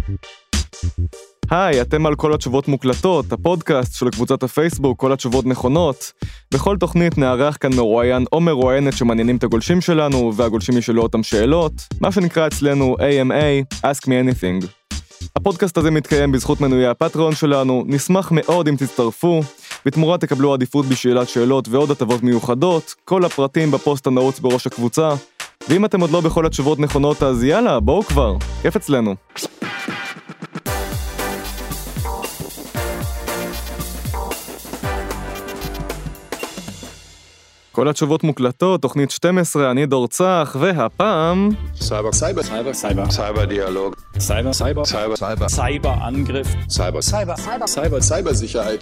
היי, אתם על כל התשובות מוקלטות, הפודקאסט של קבוצת הפייסבוק, כל התשובות נכונות. בכל תוכנית נערך כאן מרואיין או מרואיינת שמעניינים את הגולשים שלנו, והגולשים ישאלו אותם שאלות, מה שנקרא אצלנו AMA, Ask Me Anything. הפודקאסט הזה מתקיים בזכות מנויי הפטריון שלנו, נשמח מאוד אם תצטרפו, בתמורה תקבלו עדיפות בשאלת שאלות ועוד הטבות מיוחדות, כל הפרטים בפוסט הנעוץ בראש הקבוצה, ואם אתם עוד לא בכל התשובות נכונות אז יאללה, בואו כבר, כיף אצלנו. כל התשובות מוקלטות, תוכנית 12, אני דור צח, והפעם... סייבר דיאלוג. סייבר אנגריף. סייבר sicherheit.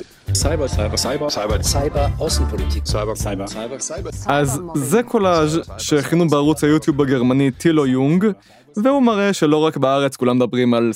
סייבר אוסנפוליטיק. סייבר. אז זה קולאז' שהכינו בערוץ היוטיוב הגרמני טילו יונג, והוא מראה שלא רק בארץ כולם מדברים על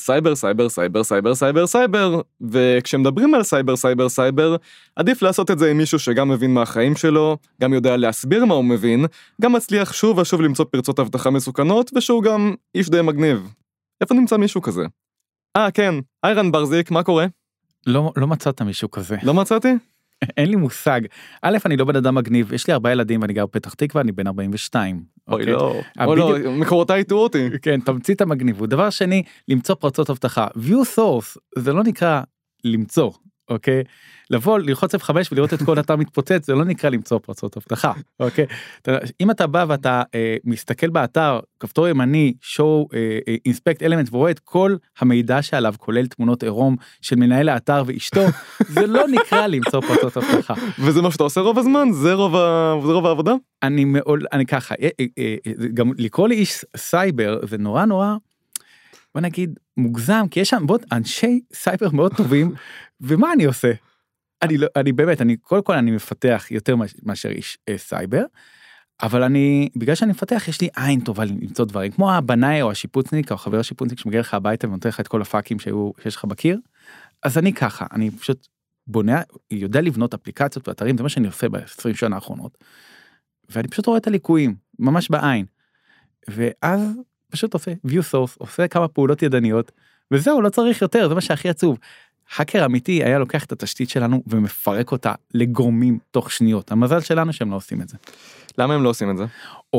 סייבר, וכשמדברים על סייבר, עדיף לעשות את זה עם מישהו שגם מבין מהחיים שלו, גם יודע להסביר מה הוא מבין, גם מצליח שוב ושוב למצוא פרצות אבטחה מסוכנות, ושהוא גם איש די מגניב. איפה נמצא מישהו כזה? כן, איירן ברזיק, מה קורה? לא מצאת מישהו כזה. לא מצאתי? אין לי מושג. א', אני לא בן אדם מגניב, יש לי 4 ילדים ואני גר בפתח תקווה, אני בן 42. אוי לא, מקורותיי יטעו אותי. כן, תמצית המגניבות. דבר שני, למצוא פרצות אבטחה. view source, זה לא נקרא למצוא, אוקיי? לבוא, ללחוץ F5 ולראות את כל אתר מתפוצץ, זה לא נקרא למצוא פרצות אבטחה, אוקיי? אם אתה בא ואתה מסתכל באתר, כפתור ימני, show, inspect element, ורואה את כל המידע שעליו, כולל תמונות עירום של מנהל האתר ואשתו, זה לא נקרא למצוא פרצות אבטחה. וזה מה שאתה עושה רוב הזמן? זה רוב העבודה? אני ככה, גם לקרוא לי איש סייבר, זה נורא, בוא נגיד, מוגזם, כי יש שם אנשי סייבר מאוד טובים, ומה אני עושה? אני באמת, קודם כל אני מפתח יותר מאשר איש סייבר, אבל בגלל שאני מפתח, יש לי עין טובה למצוא דברים, כמו הבנאי או השיפוצניק, או חבר השיפוצניק שמגיע לך הביתה ונותן לך את כל הפאקים שיש לך בקיר, אז אני ככה, אני פשוט בונה, יודע לבנות אפליקציות ואתרים, זה מה שאני עושה ב-20 שנה האחרונות, ואני פשוט רואה את הליקויים, ממש בעין, ואז פשוט עושה view source, עושה כמה פעולות ידניות, וזהו, לא צריך יותר, זה מה שהכי עצוב. האקר אמיתי היה לוקח את התשתית שלנו ומפרק אותה לגורמים תוך שניות. המזל שלנו שהם לא עושים את זה. למה הם לא עושים את זה?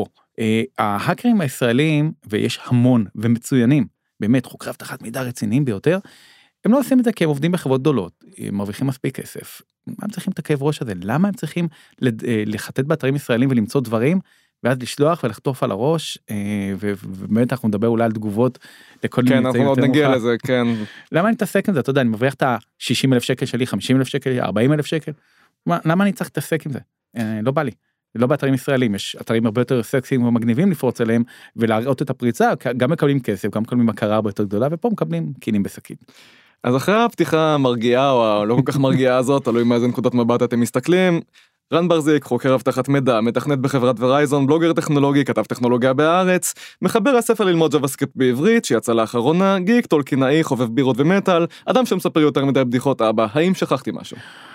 ההאקרים הישראלים, ויש המון ומצוינים, באמת חוקרי אבטחת מידע רציניים ביותר, הם לא עושים את זה כי הם עובדים בחברות גדולות, הם מרוויחים מספיק כסף. מה הם צריכים את הכאב ראש הזה? למה הם צריכים לחטט באתרים ישראלים ולמצוא דברים, ואז לשלוח ולחטוף על הראש, ובאמת אנחנו נדבר אולי על תגובות לכל מיני... כן, אנחנו עוד נגיע לזה, כן. למה אני מתעסק עם זה? אתה יודע, אני מבריח את ה-60,000 שקל שלי, 50,000 שקל, 40,000 שקל, למה אני צריך להתעסק עם זה? לא בא לי. לא באתרים ישראלים, יש אתרים הרבה יותר סקסיים ומגניבים לפרוץ אליהם, ולהראות את הפריצה, גם מקבלים כסף, גם מקבלים הכרה הרבה יותר גדולה, ופה מקבלים קינים בסכין. אז אחרי הפתיחה המרגיעה, או לא כל כך מרגיעה הזאת, תלוי מאיזה נקודת מבט אתם מסתכלים, רן ברזיק, חוקר אבטחת מידע, מתכנת בחברת ורייזון, בלוגר טכנולוגי, כתב טכנולוגיה בארץ, מחבר הספר ללמוד ג'אווה-סקריפט בעברית, שיצא לאחרונה, גיק, טולקינאי, חובב בירות ומטל, אדם שמספר יותר מדי בדיחות אבא, האם שכחתי משהו?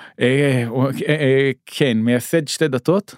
כן, מייסד 2 דתות.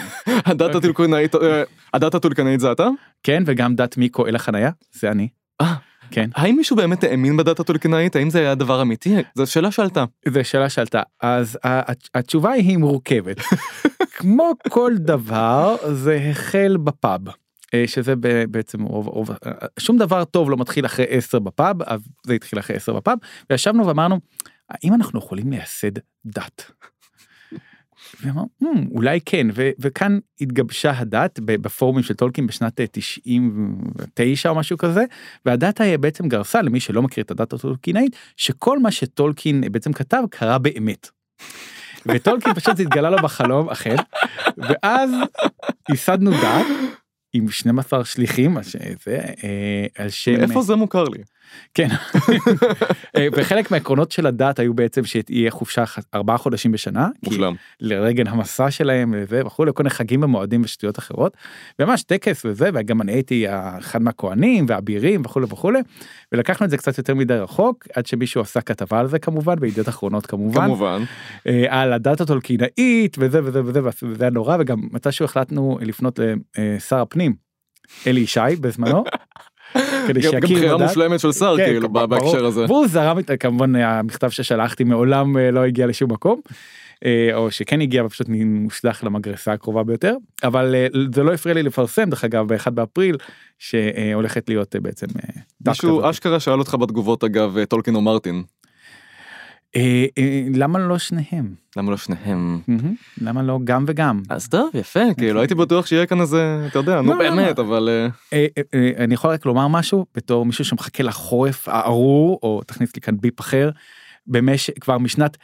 הדת הטולקינאית זה אתה? כן, וגם דת מיקו אל החנייה, זה אני. כן. האם מישהו באמת האמין בדת הטולקינאית? האם זה היה דבר אמיתי? זו שאלה שעלתה. זו שאלה שעלתה. אז התשובה היא מורכבת. כמו כל דבר, זה החל בפאב. שזה בעצם, שום דבר טוב לא מתחיל אחרי 10 בפאב, אז זה התחיל אחרי 10 בפאב, וישבנו ואמרנו, האם אנחנו יכולים לייסד דת? ואמרנו, אולי כן, וכאן התגבשה הדת בפורומים של טולקין בשנת 99 או משהו כזה, והדת היא בעצם גרסה למי שלא מכיר את הדת הטולקינאית, שכל מה שטולקין בעצם כתב קרה באמת. וטולקין פשוט התגלה לו בחלום אחר, ואז ייסדנו דת עם 12 שליחים, על שם... איפה זה מוכר לי? כן, וחלק מהעקרונות של הדת היו בעצם שתהיה חופשה 4 חודשים בשנה, לרגל המסע שלהם וכו', לכל מיני חגים ומועדים ושטויות אחרות, ממש טקס וזה, וגם אני הייתי אחד מהכהנים והאבירים וכו' וכו', ולקחנו את זה קצת יותר מדי רחוק, עד שמישהו עשה כתבה על זה כמובן, בידיעות אחרונות כמובן, על הדת הטולקינאית וזה וזה וזה, וזה היה נורא, וגם מתישהו החלטנו לפנות לשר הפנים, אלי ישי בזמנו, כדי גם שיכיר בחירה לדעת. מושלמת של שר, כן, כאילו, ברור. בהקשר הזה. והוא זרם, כמובן המכתב ששלחתי מעולם לא הגיע לשום מקום, או שכן הגיע ופשוט מושלח למגרסה הקרובה ביותר, אבל זה לא הפריע לי לפרסם, דרך אגב, ב-1 באפריל, שהולכת להיות בעצם מישהו אשכרה שאל אותך בתגובות, אגב, טולקין או מרטין. למה לא שניהם? למה לא שניהם? למה לא גם וגם? אז טוב, יפה, כאילו הייתי בטוח שיהיה כאן איזה, אתה יודע, נו באמת, אבל... אני יכול רק לומר משהו, בתור מישהו שמחכה לחורף הארור, או תכניס לי כאן ביפ אחר, כבר משנת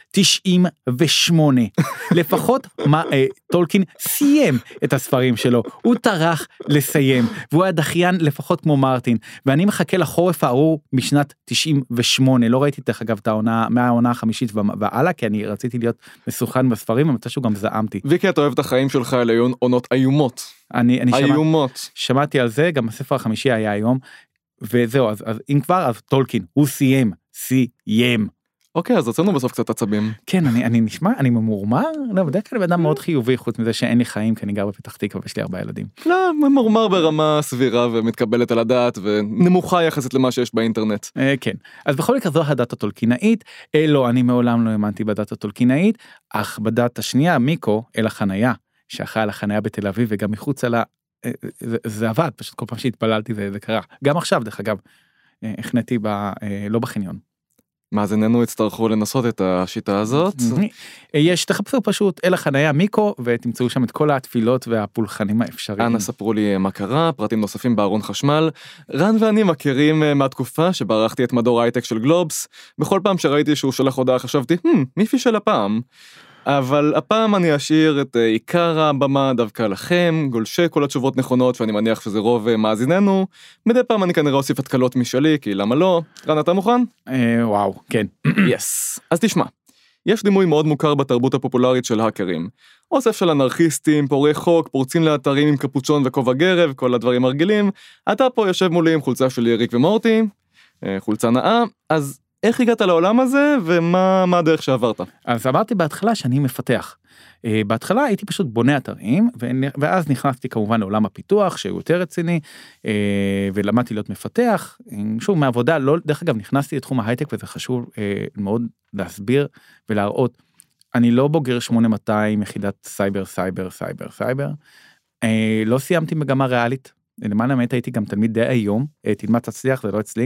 98, לפחות טולקין סיים את הספרים שלו, הוא טרח לסיים, והוא היה דחיין לפחות כמו מרטין, ואני מחכה לחורף הארור משנת 98, לא ראיתי דרך אגב את העונה, מהעונה החמישית והלאה, כי אני רציתי להיות מסוכן בספרים, ומתישהו גם זעמתי. ויקי, אתה אוהב את החיים שלך, אלה עונות איומות. איומות. שמעתי על זה, גם הספר החמישי היה היום, וזהו, אז אם כבר, אז טולקין, הוא סיים. אוקיי, אז רצינו בסוף קצת עצבים. כן, אני נשמע, אני ממורמר, לא, בדרך כלל אדם מאוד חיובי, חוץ מזה שאין לי חיים, כי אני גר בפתח תקווה ויש לי 4 ילדים. לא, ממורמר ברמה סבירה ומתקבלת על הדעת, ונמוכה יחסית למה שיש באינטרנט. כן, אז בכל מקרה זו הדת הטולקינאית, לא, אני מעולם לא האמנתי בדת הטולקינאית, אך בדת השנייה, מיקו, אל החנייה, שאחראי על החנייה בתל אביב, וגם מחוץ על זה עבד, פשוט כל פעם שהתפללתי זה קרה. גם עכשיו, דרך אגב, הכנתי לא בחניון. מאזיננו יצטרכו לנסות את השיטה הזאת. תחפשו פשוט אל החנייה מיקו, ותמצאו שם את כל התפילות והפולחנים האפשריים. אנא ספרו לי מה קרה, פרטים נוספים בארון חשמל. רן ואני מכירים מהתקופה שבה ערכתי את מדור הייטק של גלובס, בכל פעם שראיתי שהוא שלח הודעה חשבתי, מי פישל הפעם? אבל הפעם אני אשאיר את עיקר הבמה דווקא לכם, גולשי כל התשובות נכונות, ואני מניח שזה רוב מאזיננו. מדי פעם אני כנראה אוסיף התקלות משלי, כי למה לא? רן, אתה מוכן? וואו, כן. יס. אז תשמע, יש דימוי מאוד מוכר בתרבות הפופולרית של האקרים. אוסף של אנרכיסטים, פורעי חוק, פורצים לאתרים עם קפוצ'ון וכובע גרב, כל הדברים הרגילים. אתה פה יושב מולי עם חולצה של ריק ומורטי, חולצה נאה, אז איך הגעת לעולם הזה, ומה הדרך שעברת? אז אמרתי בהתחלה שאני מפתח. בהתחלה הייתי פשוט בונה אתרים, ואז נכנסתי כמובן לעולם הפיתוח, שהוא יותר רציני, ולמדתי להיות מפתח. שוב, מהעבודה, דרך אגב, נכנסתי לתחום ההייטק, וזה חשוב מאוד להסביר ולהראות. אני לא בוגר 8200 יחידת סייבר. לא סיימתי מגמה ריאלית. למען האמת הייתי גם תלמיד די היום, תלמד תצליח, זה לא אצלי,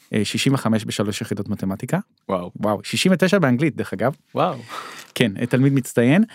65 ב3 יחידות מתמטיקה. וואו, 69 באנגלית דרך אגב. וואו. כן, תלמיד מצטיין,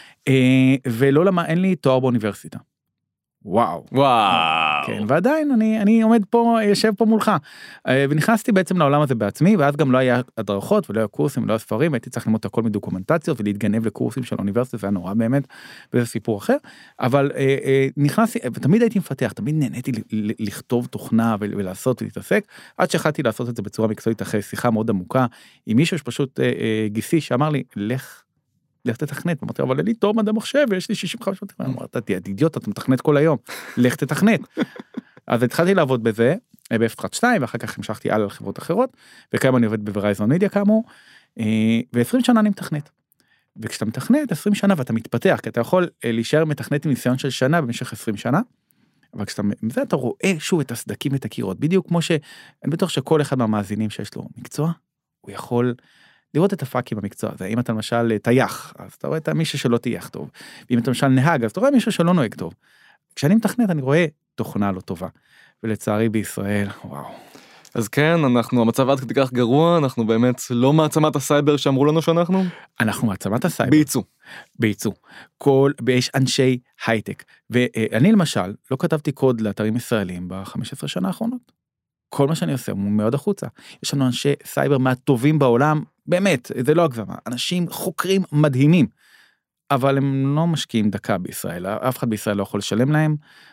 אין לי תואר באוניברסיטה. וואו. כן, ועדיין אני עומד פה, יושב פה מולך, ונכנסתי בעצם לעולם הזה בעצמי, ואז גם לא היה הדרכות ולא היה קורסים ולא היה ספרים, הייתי צריך ללמוד הכל מדוקומנטציות ולהתגנב לקורסים של האוניברסיטה, זה היה נורא באמת, וזה סיפור אחר, אבל נכנסתי, ותמיד הייתי מפתח, תמיד נהניתי לכתוב תוכנה ולעשות ולהתעסק, עד שהחלטתי לעשות את זה בצורה מקצועית אחרי שיחה מאוד עמוקה, עם מישהו שפשוט גיסי שאמר לי, לך תתכנת, אמרתי, אבל לי תואר מדעי מחשב, ויש לי 65 מתכנת, אמרת, אתה אידיוט, אתה מתכנת כל היום, לך תתכנת. אז התחלתי לעבוד בזה, ב-F1-2, ואחר כך המשכתי על חברות אחרות, וכיום אני עובד בוורייזון מדיה כאמור, ו-20 שנה אני מתכנת. וכשאתה מתכנת 20 שנה ואתה מתפתח, כי אתה יכול להישאר מתכנת עם ניסיון של שנה במשך 20 שנה, אבל כשאתה אתה רואה שוב את הסדקים ואת הקירות, בדיוק כמו שאני בטוח שכל אחד מהמאזינים שיש לו מקצוע, הוא יכול לראות את הפאקים במקצוע הזה. אם אתה למשל תייך, אז אתה רואה את מישהו שלא תייך טוב. ואם אתה למשל נהג, אז אתה רואה מישהו שלא נוהג טוב. כשאני מתכנת, אני רואה תוכנה לא טובה. ולצערי בישראל, וואו. אז כן, המצב עד כדי כך גרוע, אנחנו באמת לא מעצמת הסייבר שאמרו לנו שאנחנו? אנחנו מעצמת הסייבר. בייצוא. יש אנשי הייטק. ואני למשל, לא כתבתי קוד לאתרים ישראלים ב-15 שנה האחרונות. כל מה שאני עושה הוא מאוד החוצה. יש לנו אנשי סייבר מהטובים בעולם, באמת, זה לא הגזמה, אנשים חוקרים מדהימים, אבל הם לא משקיעים דקה בישראל, אף אחד בישראל לא יכול לשלם להם,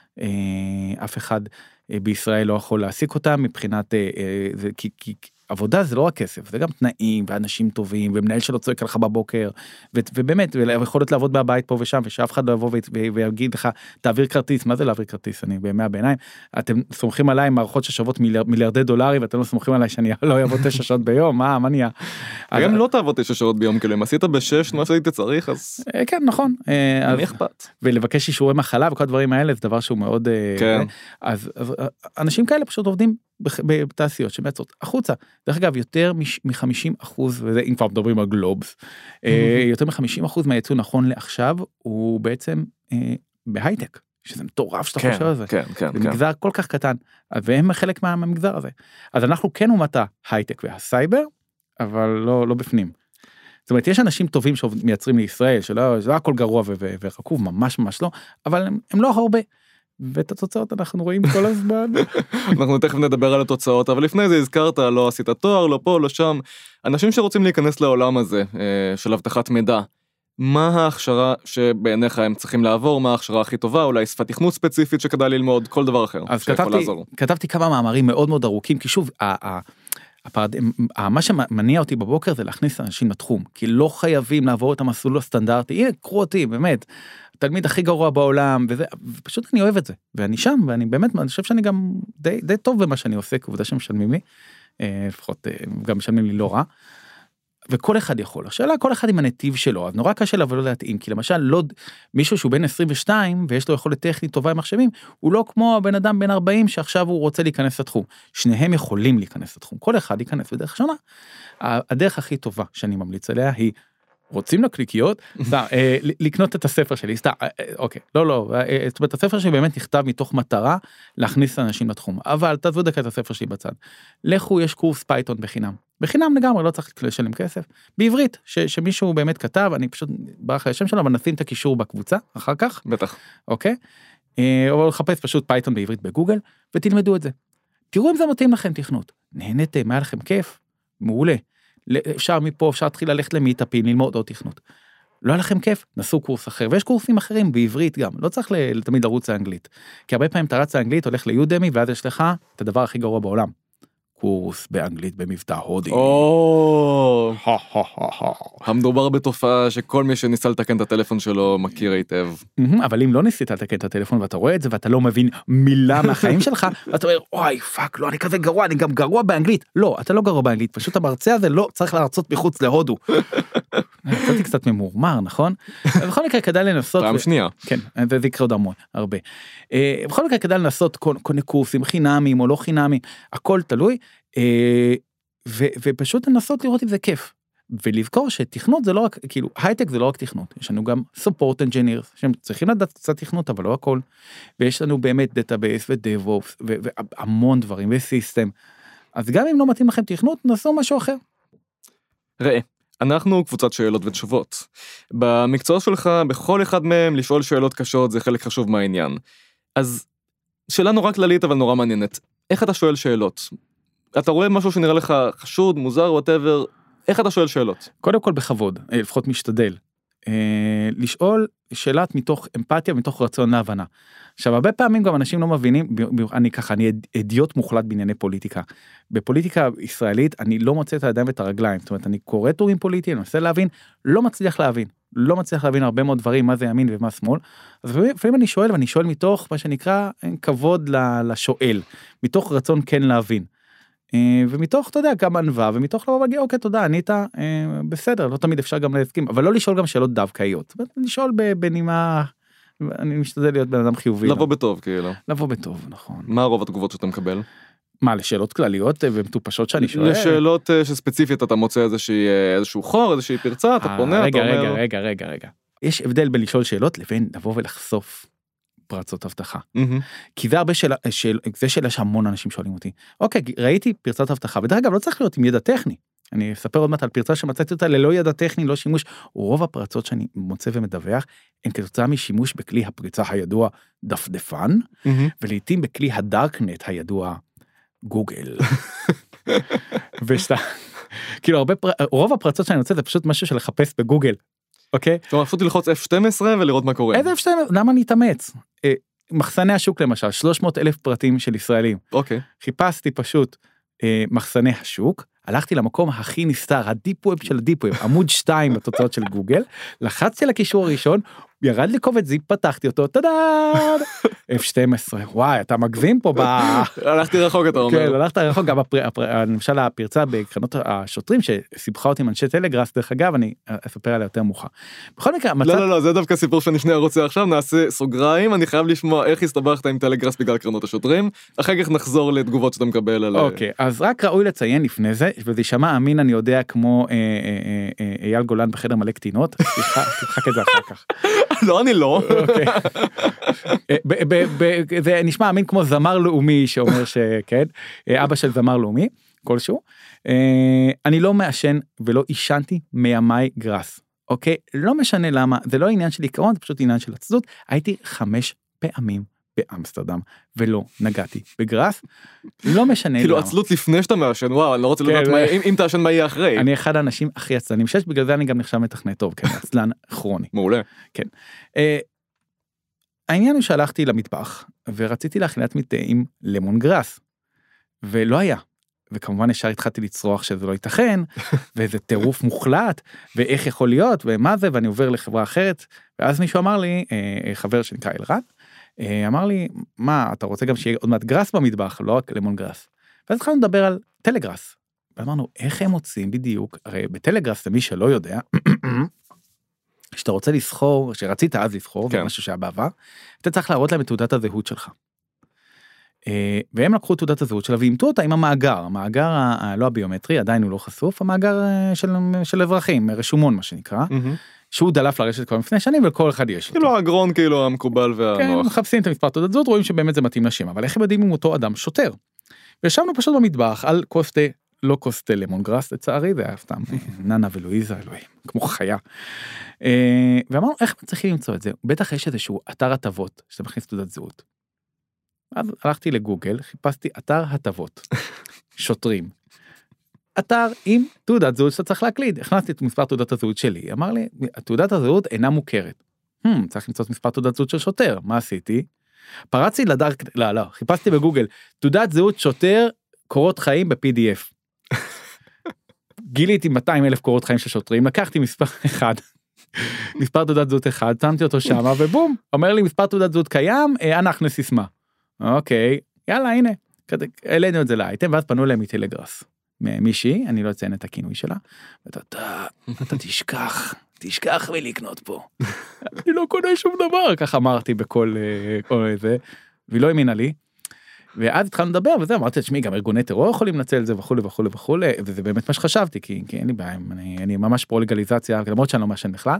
אף אחד בישראל לא יכול להעסיק אותם, מבחינת, כי עבודה זה לא רק כסף, זה גם תנאים, ואנשים טובים, ומנהל שלא צועק עליך בבוקר, ובאמת, ויכולת לעבוד מהבית פה ושם, ושאף אחד לא יבוא ויגיד לך, תעביר כרטיס, מה זה להעביר כרטיס? אני בימי הביניים, אתם סומכים עליי מערכות ששוות מיליארדי דולרים, ואתם לא סומכים עליי שאני לא אעבוד 9 שעות ביום, מה נהיה? גם לא תעבוד 9 שעות ביום, כאילו, אם עשית ב6, מה שהיית צריך, אז... כן, נכון. מי אכפת? ולבקש אישורי מחלה וכל הדברים האלה, זה דבר שהוא מאוד... אז אנשים כאלה פשוט עובדים בתעשיות שמייצרות החוצה. דרך אגב, יותר מ-50%, וזה אם כבר מדברים על גלובס, יותר מ-50% מהייצוא נכון לעכשיו, הוא בעצם בהייטק, שזה מטורף שאתה חושב על זה. זה מגזר כל כך קטן, והם חלק מהמגזר הזה. אז אנחנו כן אומת ההייטק והסייבר, אבל לא בפנים. זאת אומרת, יש אנשים טובים שמייצרים לישראל, שלא הכל גרוע ורקוב, ממש ממש לא, אבל הם לא הרבה. ואת התוצאות אנחנו רואים כל הזמן. אנחנו תכף נדבר על התוצאות, אבל לפני זה הזכרת, לא עשית תואר, לא פה, לא שם. אנשים שרוצים להיכנס לעולם הזה, של הבטחת מידע, מה ההכשרה שבעיניך הם צריכים לעבור, מה ההכשרה הכי טובה, אולי שפת תכנות ספציפית שכדאי ללמוד, כל דבר אחר שיכול לעזור. כתבתי כמה מאמרים מאוד מאוד ארוכים, כי שוב, מה שמניע אותי בבוקר זה להכניס אנשים לתחום, כי לא חייבים לעבור את המסלול הסטנדרטי, הנה, קחו אותי, באמת, התלמיד הכי גרוע בעולם, ופשוט אני אוהב את זה, ואני שם, ואני באמת, אני חושב שאני גם די טוב במה שאני עושה, כעובדה שמשלמים לי, לפחות גם משלמים לי לא רע, וכל אחד יכול, השאלה, כל אחד עם הנתיב שלו, אז נורא קשה לבוא להתאים, כי למשל, לא, מישהו שהוא בן 22, ויש לו יכולת טכנית טובה עם מחשבים, הוא לא כמו הבן אדם בן 40, שעכשיו הוא רוצה להיכנס לתחום. שניהם יכולים להיכנס לתחום, כל אחד ייכנס בדרך שונה. הדרך הכי טובה שאני ממליץ עליה היא, רוצים לקליקיות, לקנות את הספר שלי, אוקיי, לא, זאת אומרת, הספר שלי באמת נכתב מתוך מטרה, להכניס אנשים לתחום, אבל תעזבו דקה את הספר שלי בצד. לכו, יש קורס פייתון בחינם לגמרי, לא צריך לשלם כסף, בעברית, שמישהו באמת כתב, אני פשוט ברח לשם שלו, אבל נשים את הקישור בקבוצה, אחר כך. בטח. אוקיי? או לחפש פשוט פייתון בעברית בגוגל, ותלמדו את זה. תראו אם זה מתאים לכם תכנות. נהנתם, היה לכם כיף? מעולה. אפשר מפה, אפשר להתחיל ללכת למיטאפים, ללמוד עוד תכנות. לא היה לכם כיף? נסו קורס אחר, ויש קורסים אחרים בעברית גם, לא צריך תמיד לרוץ לאנגלית. כי הרבה פעמים אתה רץ לאנגלית, הולך ליודמי, ואז יש לך את הדבר הכי גרוע בעולם. קורס באנגלית במבטא הודי. המדובר בתופעה שכל מי שניסה לתקן את הטלפון שלו מכיר היטב. אבל אם לא ניסית לתקן את הטלפון ואתה רואה את זה ואתה לא מבין מילה מהחיים שלך, ואתה אומר, אוי פאק, לא, אני כזה גרוע, אני גם גרוע באנגלית. לא, אתה לא גרוע באנגלית, פשוט המרצה הזה לא צריך להרצות מחוץ להודו. יצאתי קצת ממורמר, נכון? בכל מקרה כדאי לנסות... פעם שנייה. כן, זה יקרה עוד הרבה. בכל מקרה כדאי לנסות כל קורסים חינמים או לא חינמים, הכל תלוי, ופשוט לנסות לראות אם זה כיף. ולזכור שתכנות זה לא רק, כאילו, הייטק זה לא רק תכנות, יש לנו גם support engineers, שהם צריכים לדעת קצת תכנות, אבל לא הכל, ויש לנו באמת דאטאבייס ודאב-אופס, והמון דברים, וסיסטם, אז גם אם לא מתאים לכם תכנות, נסו משהו אחר. ראה. אנחנו קבוצת שאלות ותשובות. במקצוע שלך, בכל אחד מהם, לשאול שאלות קשות זה חלק חשוב מהעניין. אז שאלה נורא כללית, אבל נורא מעניינת. איך אתה שואל שאלות? אתה רואה משהו שנראה לך חשוד, מוזר, whatever, איך אתה שואל שאלות? קודם כל בכבוד, לפחות משתדל. לשאול שאלת מתוך אמפתיה, מתוך רצון להבנה. עכשיו, הרבה פעמים גם אנשים לא מבינים, אני אידיוט מוחלט בענייני פוליטיקה. בפוליטיקה ישראלית, אני לא מוצא את הידיים ואת הרגליים. זאת אומרת, אני קורא טורים פוליטיים, אני מנסה להבין, לא מצליח להבין הרבה מאוד דברים, מה זה ימין ומה שמאל. אז לפעמים אני שואל, ואני שואל מתוך מה שנקרא כבוד לשואל, מתוך רצון כן להבין. ומתוך, אתה יודע, גם ענווה, ומתוך לא מגיע, אוקיי, תודה, ענית, בסדר, לא תמיד אפשר גם להסכים, אבל לא לשאול גם שאלות דווקאיות. זאת אומרת, לשאול בנימה, אני משתדל להיות בן אדם חיובי. לבוא בטוב, כאילו. לבוא בטוב, נכון. מה רוב התגובות שאתה מקבל? מה, לשאלות כלליות ומטופשות שאני שואל? לשאלות שספציפית אתה מוצא איזשהו חור, איזושהי פרצה, אתה פונה, אתה אומר... רגע. יש הבדל בין לשאול שאלות לבין לבוא ולחשוף פרצות הבטחה. כי זה הרבה זה שאלה שהמון אנשים שואלים אותי. אוקיי, ראיתי פרצת הבטחה, ודרך אגב לא צריך להיות עם ידע טכני. אני אספר עוד מעט על פרצה שמצאתי אותה ללא ידע טכני, לא שימוש. רוב הפרצות שאני מוצא ומדווח, הן כתוצאה משימוש בכלי הפריצה הידוע דפדפן, ולעיתים בכלי הדארקנט הידוע גוגל. כאילו רוב הפרצות שאני מוצא זה פשוט משהו של לחפש בגוגל. אוקיי? זאת אומרת, פשוט ללחוץ F12 ולראות מה קורה. איזה F12? למה אני אתאמץ? מחסני השוק למשל, 300,000 פרטים של ישראלים. אוקיי. חיפשתי פשוט מחסני השוק, הלכתי למקום הכי נסתר, הדיפ ווב של הדיפ ווב, עמוד 2 בתוצאות של גוגל, לחצתי לקישור הראשון, ירד לי קובץ זיפ, פתחתי אותו, תדאד, F12, וואי, אתה מגזים פה הלכתי רחוק, אתה אומר. כן, הלכת רחוק, גם למשל הפרצה בקרנות השוטרים, שסיבכה אותי עם אנשי טלגראס, דרך אגב, אני אספר עליה יותר מאוחר. בכל מקרה, לא, זה דווקא סיפור שאני שנייה רוצה עכשיו, נעשה סוגריים, אני חייב לשמוע איך הסתבכת עם טלגראס בגלל קרנות השוטרים, אחר כך נחזור לתגובות שאתה מקבל על... אוקיי, אז רק ראוי לציין לפני זה, וזה יישמע אמין, אני יודע, כמו אייל גולן בחדר מלא קטינות, תחק את זה אחר כך. לא, אני לא. זה נשמע אמין כמו זמר לאומי שאומר שכן, אבא של זמר לאומי, כלשהו. אני לא מעשן ולא עישנתי מימי גראס, אוקיי? לא משנה למה, זה לא עניין של עיקרון, זה פשוט עניין של עצלות. הייתי 5 פעמים באמסטרדם, ולא נגעתי בגראס, לא משנה למה. כאילו עצלות לפני שאתה מעשן, וואו, אני לא רוצה לדעת אם תעשן מה יהיה אחרי. אני אחד האנשים הכי עצלנים שיש, בגלל זה אני גם נחשב מתכנת טוב, כן, עצלן כרוני. מעולה. כן. העניין הוא שהלכתי למטבח, ורציתי להכנת מיטה עם למון גראס, ולא היה. וכמובן ישר התחלתי לצרוח שזה לא ייתכן, ואיזה טירוף מוחלט, ואיך יכול להיות, ומה זה, ואני עובר לחברה אחרת, ואז מישהו אמר לי, חבר שנקרא אלרן, אמר לי, מה, אתה רוצה גם שיהיה עוד מעט גראס במטבח, לא רק למון גראס. ואז התחלנו לדבר על טלגראס. ואמרנו, איך הם מוצאים בדיוק, הרי בטלגראס, למי שלא יודע, שאתה רוצה לסחור, שרצית אז לסחור, זה משהו שהיה בעבר, אתה צריך להראות להם את תעודת הזהות שלך. והם לקחו תעודת הזהות שלה, ואימתו אותה עם המאגר לא הביומטרי, עדיין הוא לא חשוף, המאגר של אזרחים, רשומון מה שנקרא, שהוא דלף לרשת כבר לפני שנים, ולכל אחד יש. כאילו הגרון כאילו המקובל והנוח. כן, מחפשים את המספר תעודת זהות, רואים שבאמת זה מתאים לשם, אבל איך הם יודעים אם אותו אדם שוטר? וישבנו פשוט במטבח על קוסטה, לא קוסטה למון גראס לצערי, זה היה סתם ננה ולואיזה, אלוהים, כמו חיה. ואמרנו, איך צריכים למצוא את זה? בטח יש איזשהו אתר הטבות, שאתה מכניס תעודת זהות. אז הלכתי לגוגל, חיפשתי אתר הטבות, שוטרים. אתר עם תעודת זהות שאתה צריך להקליד. הכנסתי את מספר תעודת הזהות שלי, אמר לי, תעודת הזהות אינה מוכרת. צריך למצוא את מספר תעודת זהות של שוטר. מה עשיתי? פרצתי לדארק, לא, חיפשתי בגוגל, תעודת זהות שוטר, קורות חיים ב-PDF. גיליתי 200,000 קורות חיים של שוטרים, לקחתי מספר אחד, מספר תעודת זהות אחד, שמתי אותו שמה, ובום, אומר לי מספר תעודת זהות קיים, אנחנו סיסמה. אוקיי, יאללה, הנה, העלינו את זה לאייטם, ואז פנו להם מטלגראס. מישהי, אני לא אציין את הכינוי שלה, ואתה תשכח ולקנות פה. אני לא קונה שום דבר, כך אמרתי בכל זה, והיא לא האמינה לי, ואז התחלנו לדבר, וזה, אמרתי, תשמעי, גם ארגוני טרור יכולים לנצל את זה וכו' וכו' וכו', וזה באמת מה שחשבתי, כי אין לי בעיה, אני ממש פרו לגליזציה, למרות שאני לא מעשן בכלל,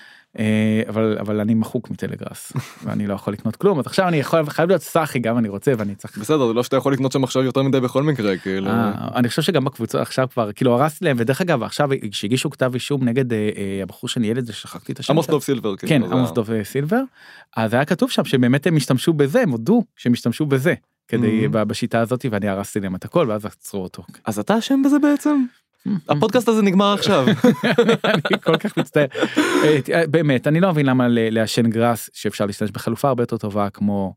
אבל אני מחוק מטלגראס, ואני לא יכול לקנות כלום, אז עכשיו אני חייב להיות סחי, גם אני רוצה, ואני צריך... בסדר, זה לא שאתה יכול לקנות שם עכשיו יותר מדי בכל מקרה, כאילו... אני חושב שגם בקבוצה עכשיו כבר, כאילו הרסתי להם, ודרך אגב, עכשיו שהגישו כתב אישום נגד הבחור שניהל את זה, שכחתי את השם. עמוס דוב סילבר. כן, עמוס דוב סילבר, אז היה כתוב שם שבאמת הם השתמשו בזה, הם הודו שהם השתמשו בזה, כדי בשיטה הזאת, ואני הרסתי להם את הכל, ואז עצרו אותו. אז אתה אשם בזה בעצם? הפודקאסט הזה נגמר עכשיו. אני כל כך מצטער. באמת, אני לא מבין למה לעשן גראס שאפשר להשתמש בחלופה הרבה יותר טובה כמו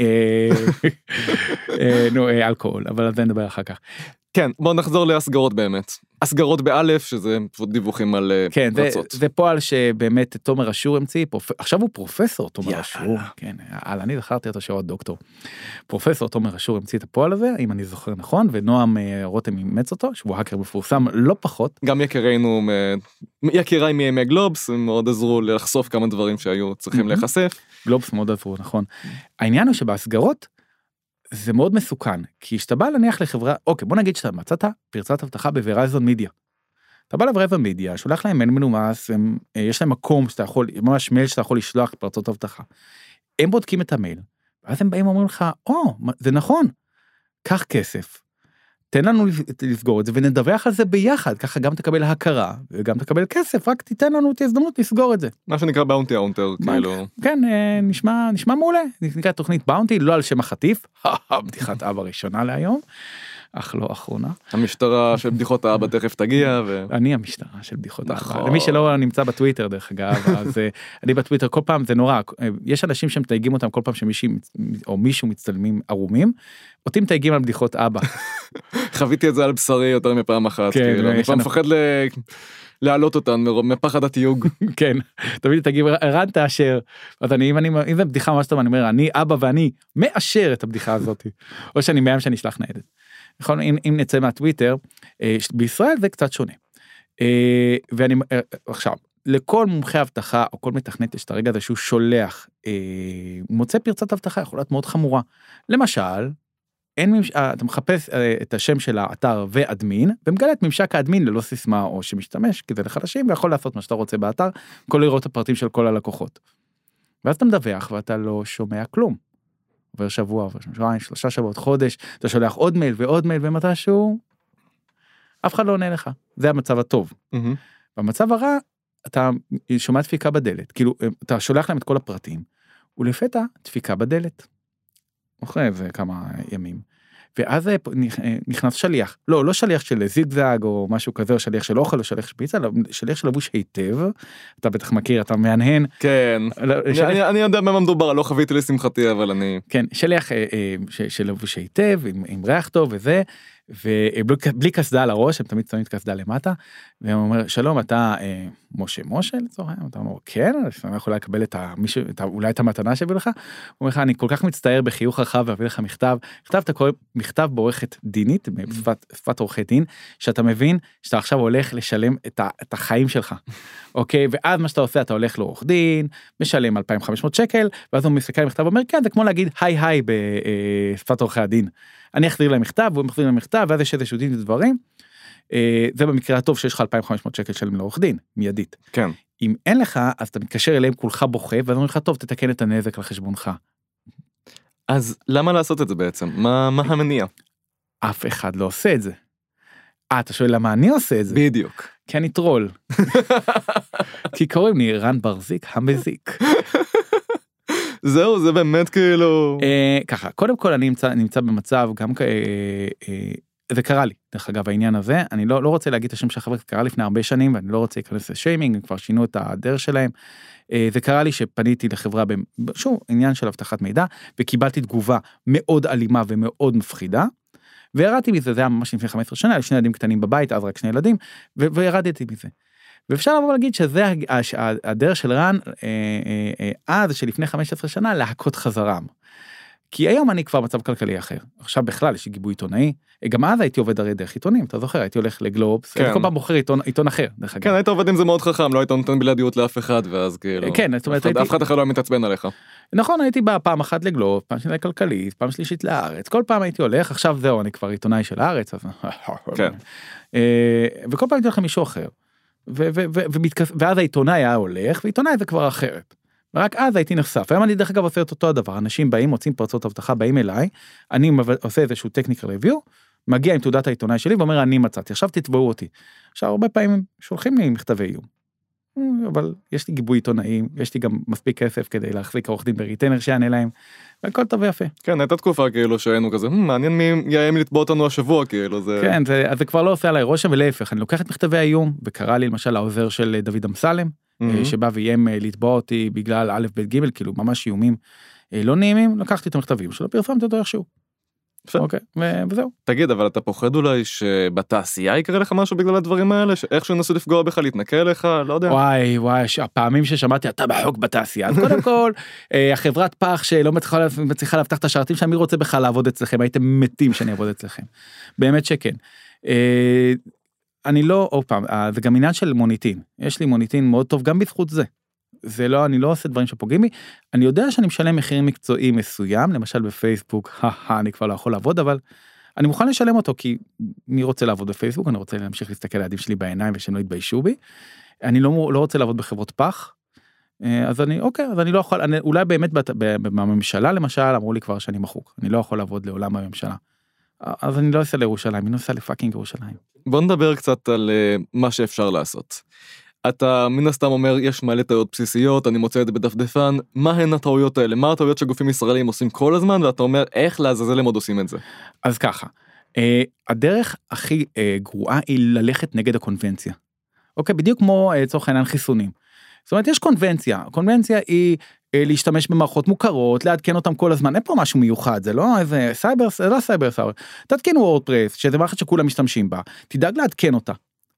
אלכוהול, אבל על זה נדבר אחר כך. כן, בואו נחזור להסגרות באמת. הסגרות באלף, שזה דיווחים על פרצות. זה פועל שבאמת תומר אשור המציא, עכשיו הוא פרופסור תומר אשור, כן, אני זכרתי אותו שהוא דוקטור. פרופסור תומר אשור המציא את הפועל הזה, אם אני זוכר נכון, ונועם רותם אימץ אותו, שהוא האקר מפורסם לא פחות. גם יקיריי מימי גלובס, הם מאוד עזרו לחשוף כמה דברים שהיו צריכים להיחשף. גלובס מאוד עזרו, נכון. העניין הוא שבהסגרות, זה מאוד מסוכן, כי שאתה בא להניח לחברה, אוקיי, בוא נגיד שאתה מצאת פרצת הבטחה בוורייזון מידיה. אתה בא לוורייזון מידיה, שולח להם מייל מנומס, יש להם מקום שאתה יכול, ממש מייל שאתה יכול לשלוח פרצות הבטחה. הם בודקים את המייל, ואז הם באים ואומרים לך, זה נכון, קח כסף, תן לנו לסגור את זה, ונדווח על זה ביחד, ככה גם תקבל הכרה, וגם תקבל כסף, רק תיתן לנו את ההזדמנות לסגור את זה. מה שנקרא באונטי האונטר, כאילו. כן, נשמע מעולה, נקרא תוכנית באונטי, לא על שם החטיף, בדיחת אבא ראשונה להיום, אך לא אחרונה. המשטרה של בדיחות האבא תכף תגיע. אני המשטרה של בדיחות האבא. למי שלא נמצא בטוויטר דרך אגב, אז אני בטוויטר כל פעם, זה נורא, יש אנשים שמתייגים אותם כל פעם מישהו מצטלמים ערומים, אותי מתייגים על בדיחות אבא. חוויתי את זה על בשרי יותר מפעם אחת, אני פעם מפחד להעלות אותן מפחד התיוג. כן, תמיד תגיד, רן תאשר, אז אם זה בדיחה ממש טוב, אני אומר, אני אבא ואני מאשר את הבדיחה הזאת, או שאני מאיים שאני אשלח ניידת. נכון, אם נצא מהטוויטר, בישראל זה קצת שונה. ואני, עכשיו, לכל מומחה הבטחה, או כל מתכנת, יש את הרגע הזה שהוא שולח, הוא מוצא פרצת הבטחה, יכולה להיות מאוד חמורה. למשל, אתה מחפש את השם של האתר ואדמין, ומגלה את ממשק האדמין ללא סיסמה או שמשתמש, כי זה לחדשים, ויכול לעשות מה שאתה רוצה באתר, כל לראות את הפרטים של כל הלקוחות. ואז אתה מדווח, ואתה לא שומע כלום. עובר שבוע, עובר שבועיים, 3 שבועות, חודש, אתה שולח עוד מייל ועוד מייל, ומתישהו, אף אחד לא עונה לך. זה המצב הטוב. במצב הרע, אתה שומע דפיקה בדלת, כאילו, אתה שולח להם את כל הפרטים, ולפתע דפיקה בדלת. אחרי זה כמה ימים. ואז נכנס שליח. לא שליח של זיגזג או משהו כזה, או שליח של אוכל, או שליח של פיצה, שליח של לבוש היטב. אתה בטח מכיר, אתה מהנהן. כן. אני יודע במה מדובר, לא חוויתי לשמחתי, אבל אני... כן, שליח של לבוש היטב, עם ריח טוב וזה, ובלי קסדה על הראש, הם תמיד שמים את קסדה למטה, והם אומר, שלום, אתה משה לצורך, אתה אומר, כן, אני יכול לקבל אולי את המתנה שבי לך, הוא אומר לך, אני כל כך מצטער בחיוך רחב, ואביא לך מכתב, אתה קורא מכתב בעורכת דינית, בשפת עורכי דין, שאתה מבין שאתה עכשיו הולך לשלם את החיים שלך, אוקיי, ואז מה שאתה עושה, אתה הולך לעורך דין, משלם 2,500 שקל, ואז הוא מסתכל על מכתב, ואומר, כן, זה כמו להגיד, היי בשפת עורכי הדין. אני אחזיר להם מכתב, והוא מחזיר להם מכתב, ואז יש איזשהו דין ודברים. זה במקרה הטוב שיש לך 2,500 שקל שלם לעורך דין, מיידית. כן. אם אין לך, אז אתה מתקשר אליהם כולך בוכה, ואז אומרים לך, טוב, תתקן את הנזק לחשבונך. אז למה לעשות את זה בעצם? מה המניע? אף אחד לא עושה את זה. אתה שואל למה אני עושה את זה? בדיוק. כי אני טרול. כי קוראים לי רן ברזיק המזיק. זהו, זה באמת כאילו... ככה, קודם כל אני נמצא במצב, גם זה קרה לי, דרך אגב, העניין הזה, אני לא רוצה להגיד את השם של החברה, זה קרה לפני הרבה שנים, ואני לא רוצה להיכנס לשיימינג, הם כבר שינו את הדרך שלהם, זה קרה לי שפניתי לחברה, שוב, עניין של הבטחת מידע, וקיבלתי תגובה מאוד אלימה ומאוד מפחידה, וירדתי מזה, זה היה ממש לפני 15 שנה, היו 2 ילדים קטנים בבית, אז רק 2 ילדים, וירדתי מזה. ואפשר לבוא להגיד שזה הדרך של רן, אז שלפני 15 שנה להכות חזרם. כי היום אני כבר מצב כלכלי אחר. עכשיו בכלל יש לי גיבוי עיתונאי, גם אז הייתי עובד הרי דרך עיתונים, אתה זוכר, הייתי הולך לגלובס, כל פעם בוחר עיתון אחר. כן, היית עובד עם זה מאוד חכם, לא היית נותן בלעדיות לאף אחד, ואז כאילו... כן, זאת אומרת, אף אחד אחר לא מתעצבן עליך. נכון, הייתי בא פעם אחת לגלובס, פעם שני כלכלית, פעם שלישית לארץ, כל פעם הייתי הולך, עכשיו זהו, אני כבר עיתונאי של הארץ, אז... כן. וכל פעם הייתי הולך למישהו אחר. ואז העיתונאי היה הולך, ועיתונאי זה כבר אחרת. ורק אז הייתי נחשף. היום אני דרך אגב עושה את אותו הדבר, אנשים באים, מוצאים פרצות הבטחה, באים אליי, אני עושה איזשהו technical review, מגיע עם תעודת העיתונאי שלי, ואומר, אני מצאתי, עכשיו תתבעו אותי. עכשיו, הרבה פעמים שולחים לי מכתבי איום. אבל יש לי גיבוי עיתונאים, יש לי גם מספיק כסף כדי להחזיק עורך דין בריטיינר שיענה להם, והכל טוב ויפה. כן, הייתה תקופה כאילו שהיינו כזה, מעניין מי יאיים לתבוע אותנו השבוע, כאילו זה... כן, אז זה כבר לא עושה עליי רושם, ולהפך, אני לוקח את מכתבי האיום, וקרא לי למשל העוזר של דוד אמסלם, שבא ואיים לתבוע אותי בגלל א' ב' ג', כאילו ממש איומים לא נעימים, לקחתי את המכתבים שלו, פרסמתי אותו איכשהו. אוקיי, וזהו. תגיד, אבל אתה פוחד אולי שבתעשייה יקרה לך משהו בגלל הדברים האלה, שאיכשהו נסו לפגוע בך, להתנקה לך, לא יודע. וואי, הפעמים ששמעתי, אתה בחוק בתעשייה, אז קודם כל, החברת פח שלא מצליחה להבטח את השרתים, שאני רוצה בכלל לעבוד אצלכם, הייתם מתים שאני אעבוד אצלכם. באמת שכן. אני לא, עוד פעם, זה גם עניין של מוניטין, יש לי מוניטין מאוד טוב, גם בזכות זה. זה לא, אני לא עושה דברים שפוגעים בי, אני יודע שאני משלם מחירים מקצועיים מסוים, למשל בפייסבוק, אני כבר לא יכול לעבוד, אבל אני מוכן לשלם אותו, כי מי רוצה לעבוד בפייסבוק, אני רוצה להמשיך להסתכל על הילדים שלי בעיניים, ושהם לא יתביישו בי, אני לא רוצה לעבוד בחברות פח, אז אני, אוקיי, אז אני לא יכול, אולי באמת בממשלה למשל, אמרו לי כבר שאני מחוק, אני לא יכול לעבוד לעולם בממשלה, אז אני לא אעשה לירושלים, אני נוסע לפאקינג ירושלים. בוא נדבר קצת על מה שאפשר לעשות. אתה מן הסתם אומר, יש מלא טעויות בסיסיות, אני מוצא את זה בדפדפן, מה הן הטעויות האלה? מה הטעויות שגופים ישראלים עושים כל הזמן, ואתה אומר, איך לעזאזל הם עוד עושים את זה? אז ככה, הדרך הכי גרועה היא ללכת נגד הקונבנציה. אוקיי, בדיוק כמו צורך העניין חיסונים. זאת אומרת, יש קונבנציה, הקונבנציה היא להשתמש במערכות מוכרות, לעדכן אותם כל הזמן, אין פה משהו מיוחד, זה לא איזה סייבר, זה לא סייבר, תתקינו וורדפרס, שזה מערכת שכולם משתמשים בה, תדאג לעדכן אותה.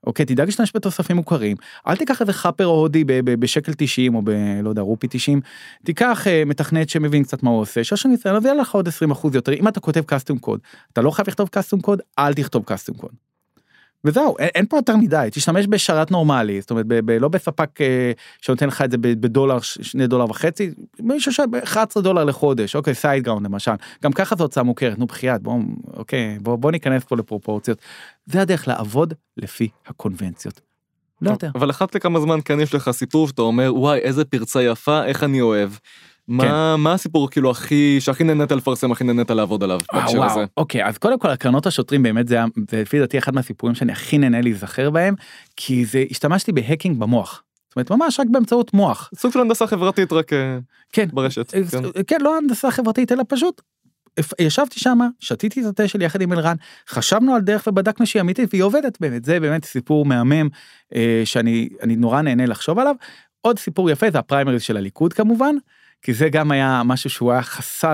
אוקיי, תדאג להשתמש בתוספים מוכרים, אל תיקח איזה חאפר הודי בשקל 90 או לא יודע, רופי 90, תיקח מתכנת שמבין קצת מה הוא עושה, שיש ניסיון, אז יהיה לך עוד 20% יותר, אם אתה כותב קאסטום קוד, אתה לא חייב לכתוב קאסטום קוד, אל תכתוב קאסטום קוד. וזהו, אין פה יותר מדי, תשתמש בשרת נורמלי, זאת אומרת, לא בספק שנותן לך את זה בדולר, $2.50, מישהו $11 לחודש, אוקיי, סיידגראונד למשל, גם ככה זו הוצאה מוכרת, נו בחייאת, בוא ניכנס פה לפרופורציות, זה הדרך לעבוד לפי הקונבנציות. לא יודע. אבל אחת לכמה זמן כאן יש לך סיפור שאתה אומר, וואי, איזה פרצה יפה, איך אני אוהב. מה הסיפור כאילו שהכי נהנית לפרסם, הכי נהנית לעבוד עליו בהקשר הזה? אוקיי, אז קודם כל הקרנות השוטרים באמת זה לפי דעתי אחד מהסיפורים שאני הכי נהנה להיזכר בהם, כי זה השתמשתי בהקינג במוח. זאת אומרת, ממש רק באמצעות מוח. סוג של הנדסה חברתית רק ברשת. כן, לא הנדסה חברתית, אלא פשוט ישבתי שם, שתיתי את התה שלי יחד עם אלרן, חשבנו על דרך ובדקנו שהיא אמיתית, והיא עובדת באמת. זה באמת סיפור מהמם שאני נורא נהנה לחשוב עליו. עוד סיפור יפה זה הפריימריז של הליכוד כמובן, כי זה גם היה משהו שהוא היה חסר,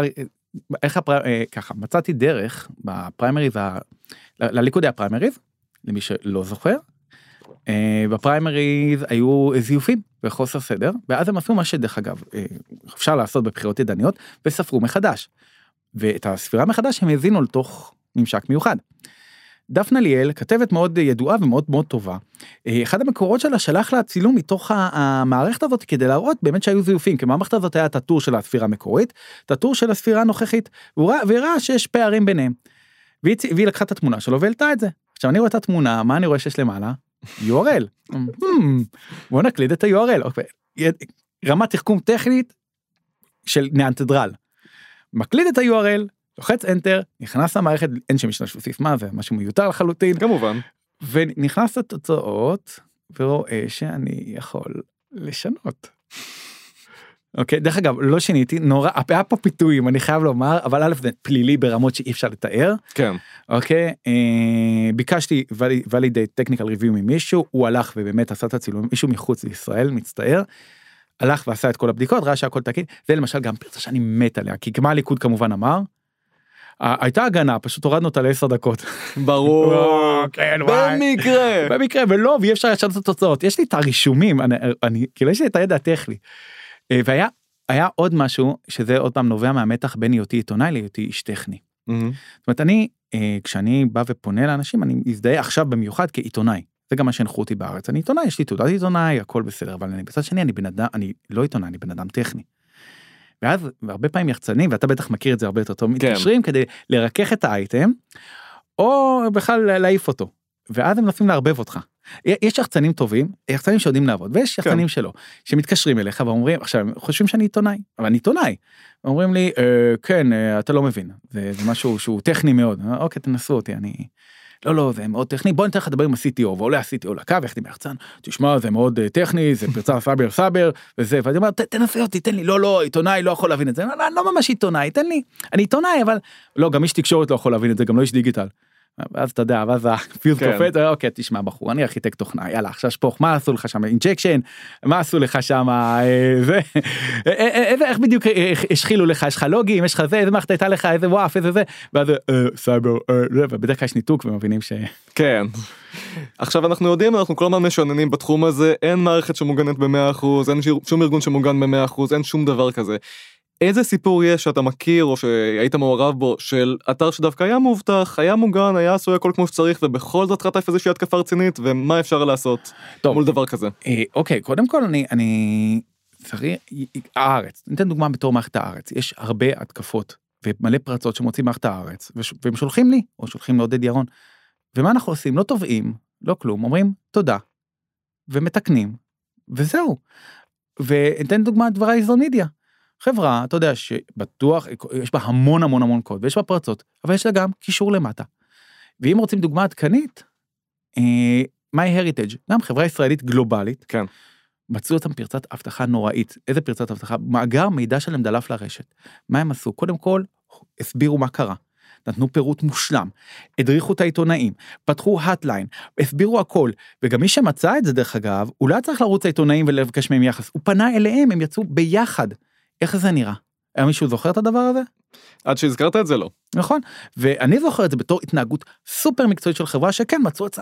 ככה, מצאתי דרך בפריימריז, לליכוד היה פריימריז, למי שלא זוכר, בפריימריז היו זיופים וחוסר סדר, ואז הם עשו מה שדרך אגב, אפשר לעשות בבחירות ידניות, וספרו מחדש, ואת הספירה מחדש הם הזינו לתוך ממשק מיוחד. דפנה ליאל, כתבת מאוד ידועה ומאוד מאוד טובה, אחד המקורות שלה שלח לה צילום מתוך המערכת הזאת כדי להראות באמת שהיו זיופים, כי המערכת הזאת היה את הטור של הספירה המקורית, את הטור של הספירה הנוכחית, והראה שיש פערים ביניהם, והיא לקחה את התמונה שלו והעלתה את זה. עכשיו אני רואה את התמונה, מה אני רואה שיש למעלה? URL. בוא נקליד את ה-URL. רמת תחכום טכנית של ניאנדרטל. מקליד את ה-URL, לוחץ Enter, נכנס למערכת, אין שמשתמש בסיסמה, זה משהו מיותר לחלוטין. כמובן. ונכנס לתוצאות, ורואה שאני יכול לשנות. אוקיי, דרך אגב, לא שיניתי, נורא, היה פה פיתויים, אני חייב לומר, אבל א' זה פלילי ברמות שאי אפשר לתאר. כן. אוקיי, ביקשתי validate technical review ממישהו, הוא הלך ובאמת עשה את הצילום, מישהו מחוץ לישראל, מצטער, הלך ועשה את כל הבדיקות, ראה שהכל תקין, זה למשל גם פרצה שאני מת עליה, כי כמו הליכוד כמובן אמר, הייתה הגנה, פשוט הורדנו אותה ל10 דקות. ברור. במקרה, ולא, ואי אפשר לשנות את התוצאות. יש לי את הרישומים, כאילו יש לי את הידע הטכני. והיה עוד משהו, שזה עוד פעם נובע מהמתח בין היותי עיתונאי להיותי איש טכני. זאת אומרת, כשאני בא ופונה לאנשים, אני מזדהה עכשיו במיוחד כעיתונאי. זה גם מה שהנחו אותי בארץ. אני עיתונאי, יש לי תעודת עיתונאי, הכל בסדר, אבל בצד שני, אני לא עיתונאי, אני בן אדם טכני. ואז הרבה פעמים יחצנים, ואתה בטח מכיר את זה הרבה יותר טוב, מתקשרים כדי לרכך את האייטם, או בכלל להעיף אותו. ואז הם מנסים לערבב אותך. יש יחצנים טובים, יחצנים שיודעים לעבוד, ויש יחצנים שלא, שמתקשרים אליך ואומרים, עכשיו, חושבים שאני עיתונאי, אבל אני עיתונאי. אומרים לי, כן, אתה לא מבין, זה משהו שהוא טכני מאוד. אוקיי, תנסו אותי, לא, זה מאוד טכני, בוא ניתן לך לדבר עם ה-CTO, ועולה ה-CTO לקו, יחד עם היחצן, תשמע, זה מאוד טכני, זה פרצה סאבר, וזה, ואני אומר, תנסה אותי, תן לי, לא, עיתונאי לא יכול להבין את זה, לא ממש עיתונאי, תן לי, אני עיתונאי, אבל, לא, גם איש תקשורת לא יכול להבין את זה, גם לא איש דיגיטל. ואז אתה יודע, ואז הפיוז קופט, אוקיי, תשמע בחור, אני ארכיטקט תוכנה, יאללה, עכשיו שפוך, מה עשו לך שם, אינג'קשן, מה עשו לך שם, זה, איך בדיוק השחילו לך, יש לך לוגים, יש לך זה, איזה מערכת הייתה לך, איזה וואף, איזה זה, ואז סייבר, ובדרך כלל יש ניתוק, ומבינים ש... כן. עכשיו אנחנו יודעים, אנחנו כל הזמן משוננים בתחום הזה, אין מערכת שמוגנת ב100%, אין שום ארגון שמוגן ב100%, אין שום דבר כזה. איזה סיפור יש שאתה מכיר או שהיית מעורב בו של אתר שדווקא היה מובטח, היה מוגן, היה עשוי הכל כמו שצריך ובכל זאת חטף איזושהי התקפה רצינית ומה אפשר לעשות מול דבר כזה? אוקיי, קודם כל אני צריך, הארץ, ניתן דוגמה בתור מערכת הארץ, יש הרבה התקפות ומלא פרצות שמוצאים מערכת הארץ והם שולחים לי או שולחים לעודד ירון ומה אנחנו עושים? לא תובעים, לא כלום, אומרים תודה ומתקנים וזהו. וניתן דוגמה דבר האיזומידיה. חברה, אתה יודע שבטוח, יש בה המון קוד, ויש בה פרצות, אבל יש לה גם קישור למטה. ואם רוצים דוגמה עדכנית, MyHeritage, גם חברה ישראלית גלובלית, כן. מצאו אותם פרצת הבטחה נוראית. איזה פרצת הבטחה? מאגר מידע שלהם דלף לרשת. מה הם עשו? קודם כל, הסבירו מה קרה. נתנו פירוט מושלם, הדריכו את העיתונאים, פתחו הטליין, הסבירו הכל, וגם מי שמצא את זה דרך אגב, הוא לא צריך לרוץ העיתונאים ולבקש מהם יחס, הוא פנה אליהם, הם יצאו ביחד. איך זה נראה? היה מישהו זוכר את הדבר הזה? עד שהזכרת את זה לא. נכון, ואני זוכר את זה בתור התנהגות סופר מקצועית של חברה שכן מצאו את זה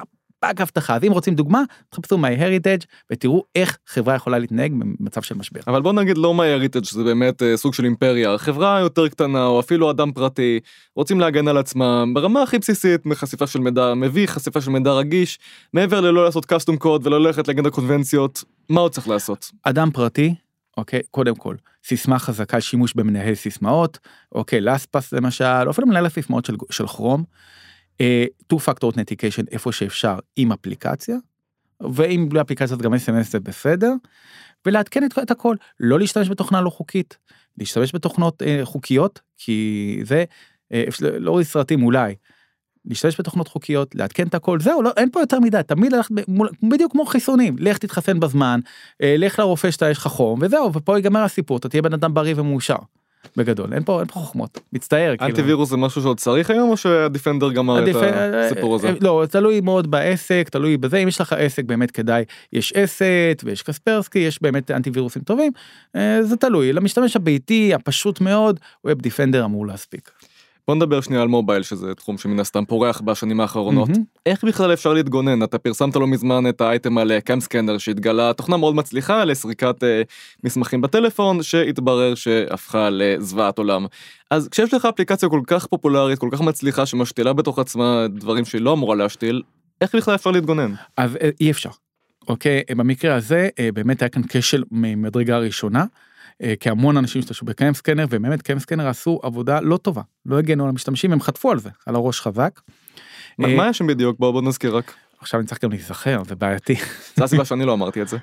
ספק הבטחה. אז אם רוצים דוגמה, תחפשו MyHeritage, ותראו איך חברה יכולה להתנהג במצב של משבר. אבל בוא נגיד לא MyHeritage, זה באמת סוג של אימפריה, חברה יותר קטנה, או אפילו אדם פרטי, רוצים להגן על עצמם, ברמה הכי בסיסית, מחשיפה של מידע מביך, חשיפה של מידע רגיש, מעבר ללא לעשות קאסטום קוד, ולא ללכת להגן על קונבנציות, מה עוד צריך לעשות? אדם פרטי, אוקיי, קודם כל, סיסמה חזקה, שימוש במנהל סיסמאות, אוקיי, LastPass למשל, או אפילו מנהל הסיסמאות של כרום, two-factor authentication איפה שאפשר עם אפליקציה, ואם בלי אפליקציה גם SMS זה בסדר, ולעדכן את הכל, לא להשתמש בתוכנה לא חוקית, להשתמש בתוכנות חוקיות, כי זה, לא סרטים אולי, להשתמש בתוכנות חוקיות, לעדכן את הכל, זהו, לא, אין פה יותר מדי, תמיד הלכת בדיוק כמו חיסונים, לך תתחסן בזמן, לך לרופא שאתה יש לך חום, וזהו, ופה ייגמר הסיפור, אתה תהיה בן אדם בריא ומאושר, בגדול, אין פה חוכמות, מצטער. אנטיווירוס זה משהו שעוד צריך היום, או שהדיפנדר גמר את הסיפור הזה? לא, תלוי מאוד בעסק, תלוי בזה, אם יש לך עסק באמת כדאי, יש אסט ויש קספרסקי, יש באמת אנטיווירוסים טובים, זה תלוי, למשתמש הביתי, הפשוט מאוד, ווב דיפנדר אמור להספיק. בוא נדבר שנייה על מובייל, שזה תחום שמן הסתם פורח בשנים האחרונות. איך בכלל אפשר להתגונן? אתה פרסמת לא מזמן את האייטם על קאם סקנר, שהתגלה תוכנה מאוד מצליחה לסריקת מסמכים בטלפון, שהתברר שהפכה לזוועת עולם. אז כשיש לך אפליקציה כל כך פופולרית, כל כך מצליחה, שמשתילה בתוך עצמה דברים שהיא לא אמורה להשתיל, איך בכלל אפשר להתגונן? אז אי אפשר. אוקיי, במקרה הזה באמת היה כאן כשל ממדרגה ראשונה, כי המון אנשים השתמשו בקאם סקנר, ובאמת קאם סקנר עשו עבודה לא טובה, לא הגנו על המשתמשים, הם חטפו על זה, על הראש חזק. מה היה שם בדיוק? בוא נזכיר רק. עכשיו אני צריך גם להיזכר, זה בעייתי. זה הסיבה שאני לא אמרתי את זה.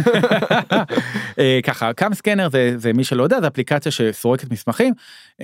ככה, קאם סקנר זה מי שלא יודע, זה אפליקציה שסורקת מסמכים,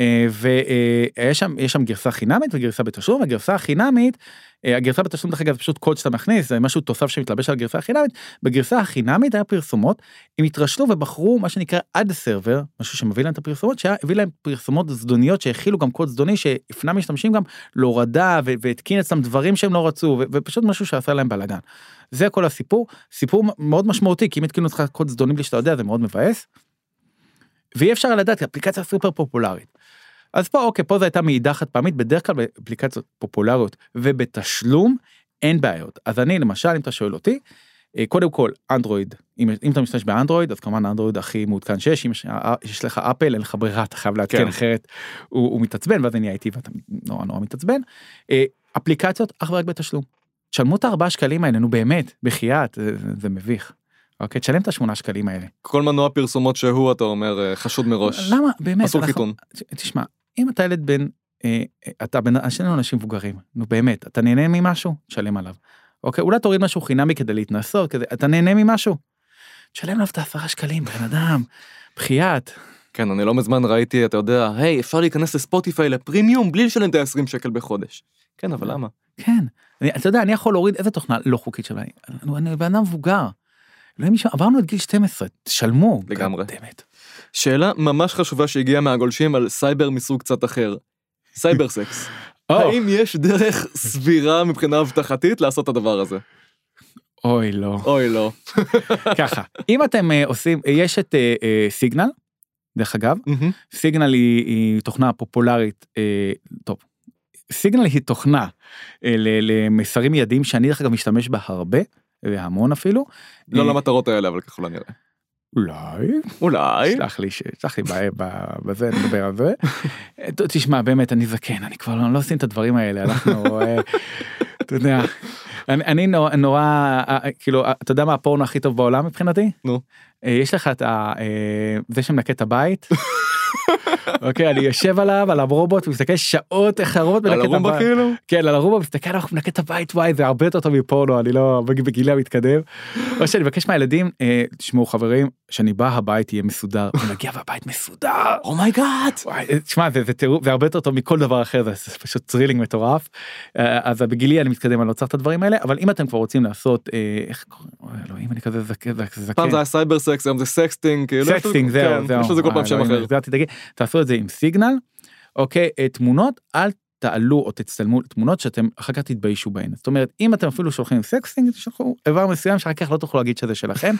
ויש שם גרסה חינמית וגרסה בתשלום, הגרסה החינמית, הגרסה בתשלום דרך אגב זה פשוט קוד שאתה מכניס, זה משהו תוסף שמתלבש על הגרסה החינמית, בגרסה החינמית היה פרסומות, הם התרשלו ובחרו מה שנקרא עד סרבר, משהו שמביא להם את הפרסומות, שהביא להם פרסומות זדוניות שהכילו גם קוד זדוני, שהפנה משתמשים גם להורדה והתקין אצלם דברים שהם לא רצו, ופשוט משהו שעשה להם בלגן. זה כל הסיפור, סיפור מאוד משמעותי, כי אם התקינו אותך קוד זדוני בלי שאתה יודע, זה מאוד מבאס, ואי אפשר לדעת, אפליקציה סופר פופולרית. אז פה, אוקיי, פה זה הייתה מעידה חד פעמית, בדרך כלל באפליקציות פופולריות ובתשלום אין בעיות. אז אני, למשל, אם אתה שואל אותי, קודם כל, אנדרואיד, אם אתה משתמש באנדרואיד, אז כמובן האנדרואיד הכי מעודכן שיש, אם יש לך אפל, אין לך ברירה, אתה חייב להתקן אחרת, הוא מתעצבן, ואז אני הייתי ואתה נורא מתעצבן. אפליקציות אך ורק בתשלום. תשלמו את 4 שקלים האלה, נו באמת, בחייאת, זה מביך. אוקיי, תשלם את 8 שקלים האלה. כל מנוע פרסומות שהוא, אתה אומר, חשוד מראש. למה? באמת. אסור חיתון. תשמע, אם אתה ילד בן, אתה בן, שנינו אנשים מבוגרים, נו באמת, אתה נהנה ממשהו? תשלם עליו. אוקיי, אולי תוריד משהו חינמי כדי להתנסות, אתה נהנה ממשהו? תשלם עליו את 10 שקלים, בן אדם, בחייאת. כן, אני לא מזמן ראיתי, אתה יודע, היי, אפשר להיכנס לספוטיפיי לפרימיום, בלי לשלם את 20 שקל בחודש. כן, אבל למה? כן, אתה יודע, אני יכול להוריד איזה תוכנה לא חוקית שלה, אני בן אדם מבוגר. עברנו את גיל 12, תשלמו. לגמרי. שאלה ממש חשובה שהגיעה מהגולשים על סייבר מסוג קצת אחר. סייבר סקס. האם יש דרך סבירה מבחינה הבטחתית לעשות את הדבר הזה? אוי לא. אוי לא. ככה, אם אתם עושים, יש את סיגנל, דרך אגב, סיגנל היא תוכנה פופולרית, טוב, סיגנל היא תוכנה למסרים מיידיים שאני דרך אגב משתמש בה הרבה, והמון אפילו. לא למטרות האלה, אבל ככה לא נראה. אולי. שלח לי בזה, נדבר על זה. תשמע, באמת, אני זקן, אני כבר לא עושים את הדברים האלה, אנחנו, אתה יודע, אני נורא, כאילו, אתה יודע מה הפורנו הכי טוב בעולם מבחינתי? נו. יש לך את זה שמנקה את הבית, אוקיי, אני יושב עליו, על הרובוט, ומסתכל שעות איך הרובוט מנקה את הבית. על הרובוט כאילו? כן, על הרובוט, מסתכל, אנחנו מנקה את הבית, וואי, זה הרבה יותר טוב מפורנו, אני לא בגילי המתקדם. או שאני מבקש מהילדים, תשמעו חברים, שאני בא הבית יהיה מסודר, ונגיע והבית מסודר, אומייגאד. תשמע, זה הרבה יותר טוב מכל דבר אחר, זה פשוט טרילינג מטורף. אז בגילי אני מתקדם, אני לא צריך את הדברים האלה, אבל אם אתם כבר רוצים לעשות, איך קוראים, אלוהים, אני כזה זקן. פעם זה היה סייבר סקס, היום זה סקסטינג, סקסטינג, זהו. יש לזה כל פעם שם אחר. תעשו את זה עם סיגנל, אוקיי, תמונות, אל תעלו או תצטלמו תמונות שאתם אחר כך תתביישו בהן. זאת אומרת, אם אתם אפילו שולחים סקסטינג, תשלחו איבר מסוים שאחר כך לא תוכלו להגיד שזה שלכם,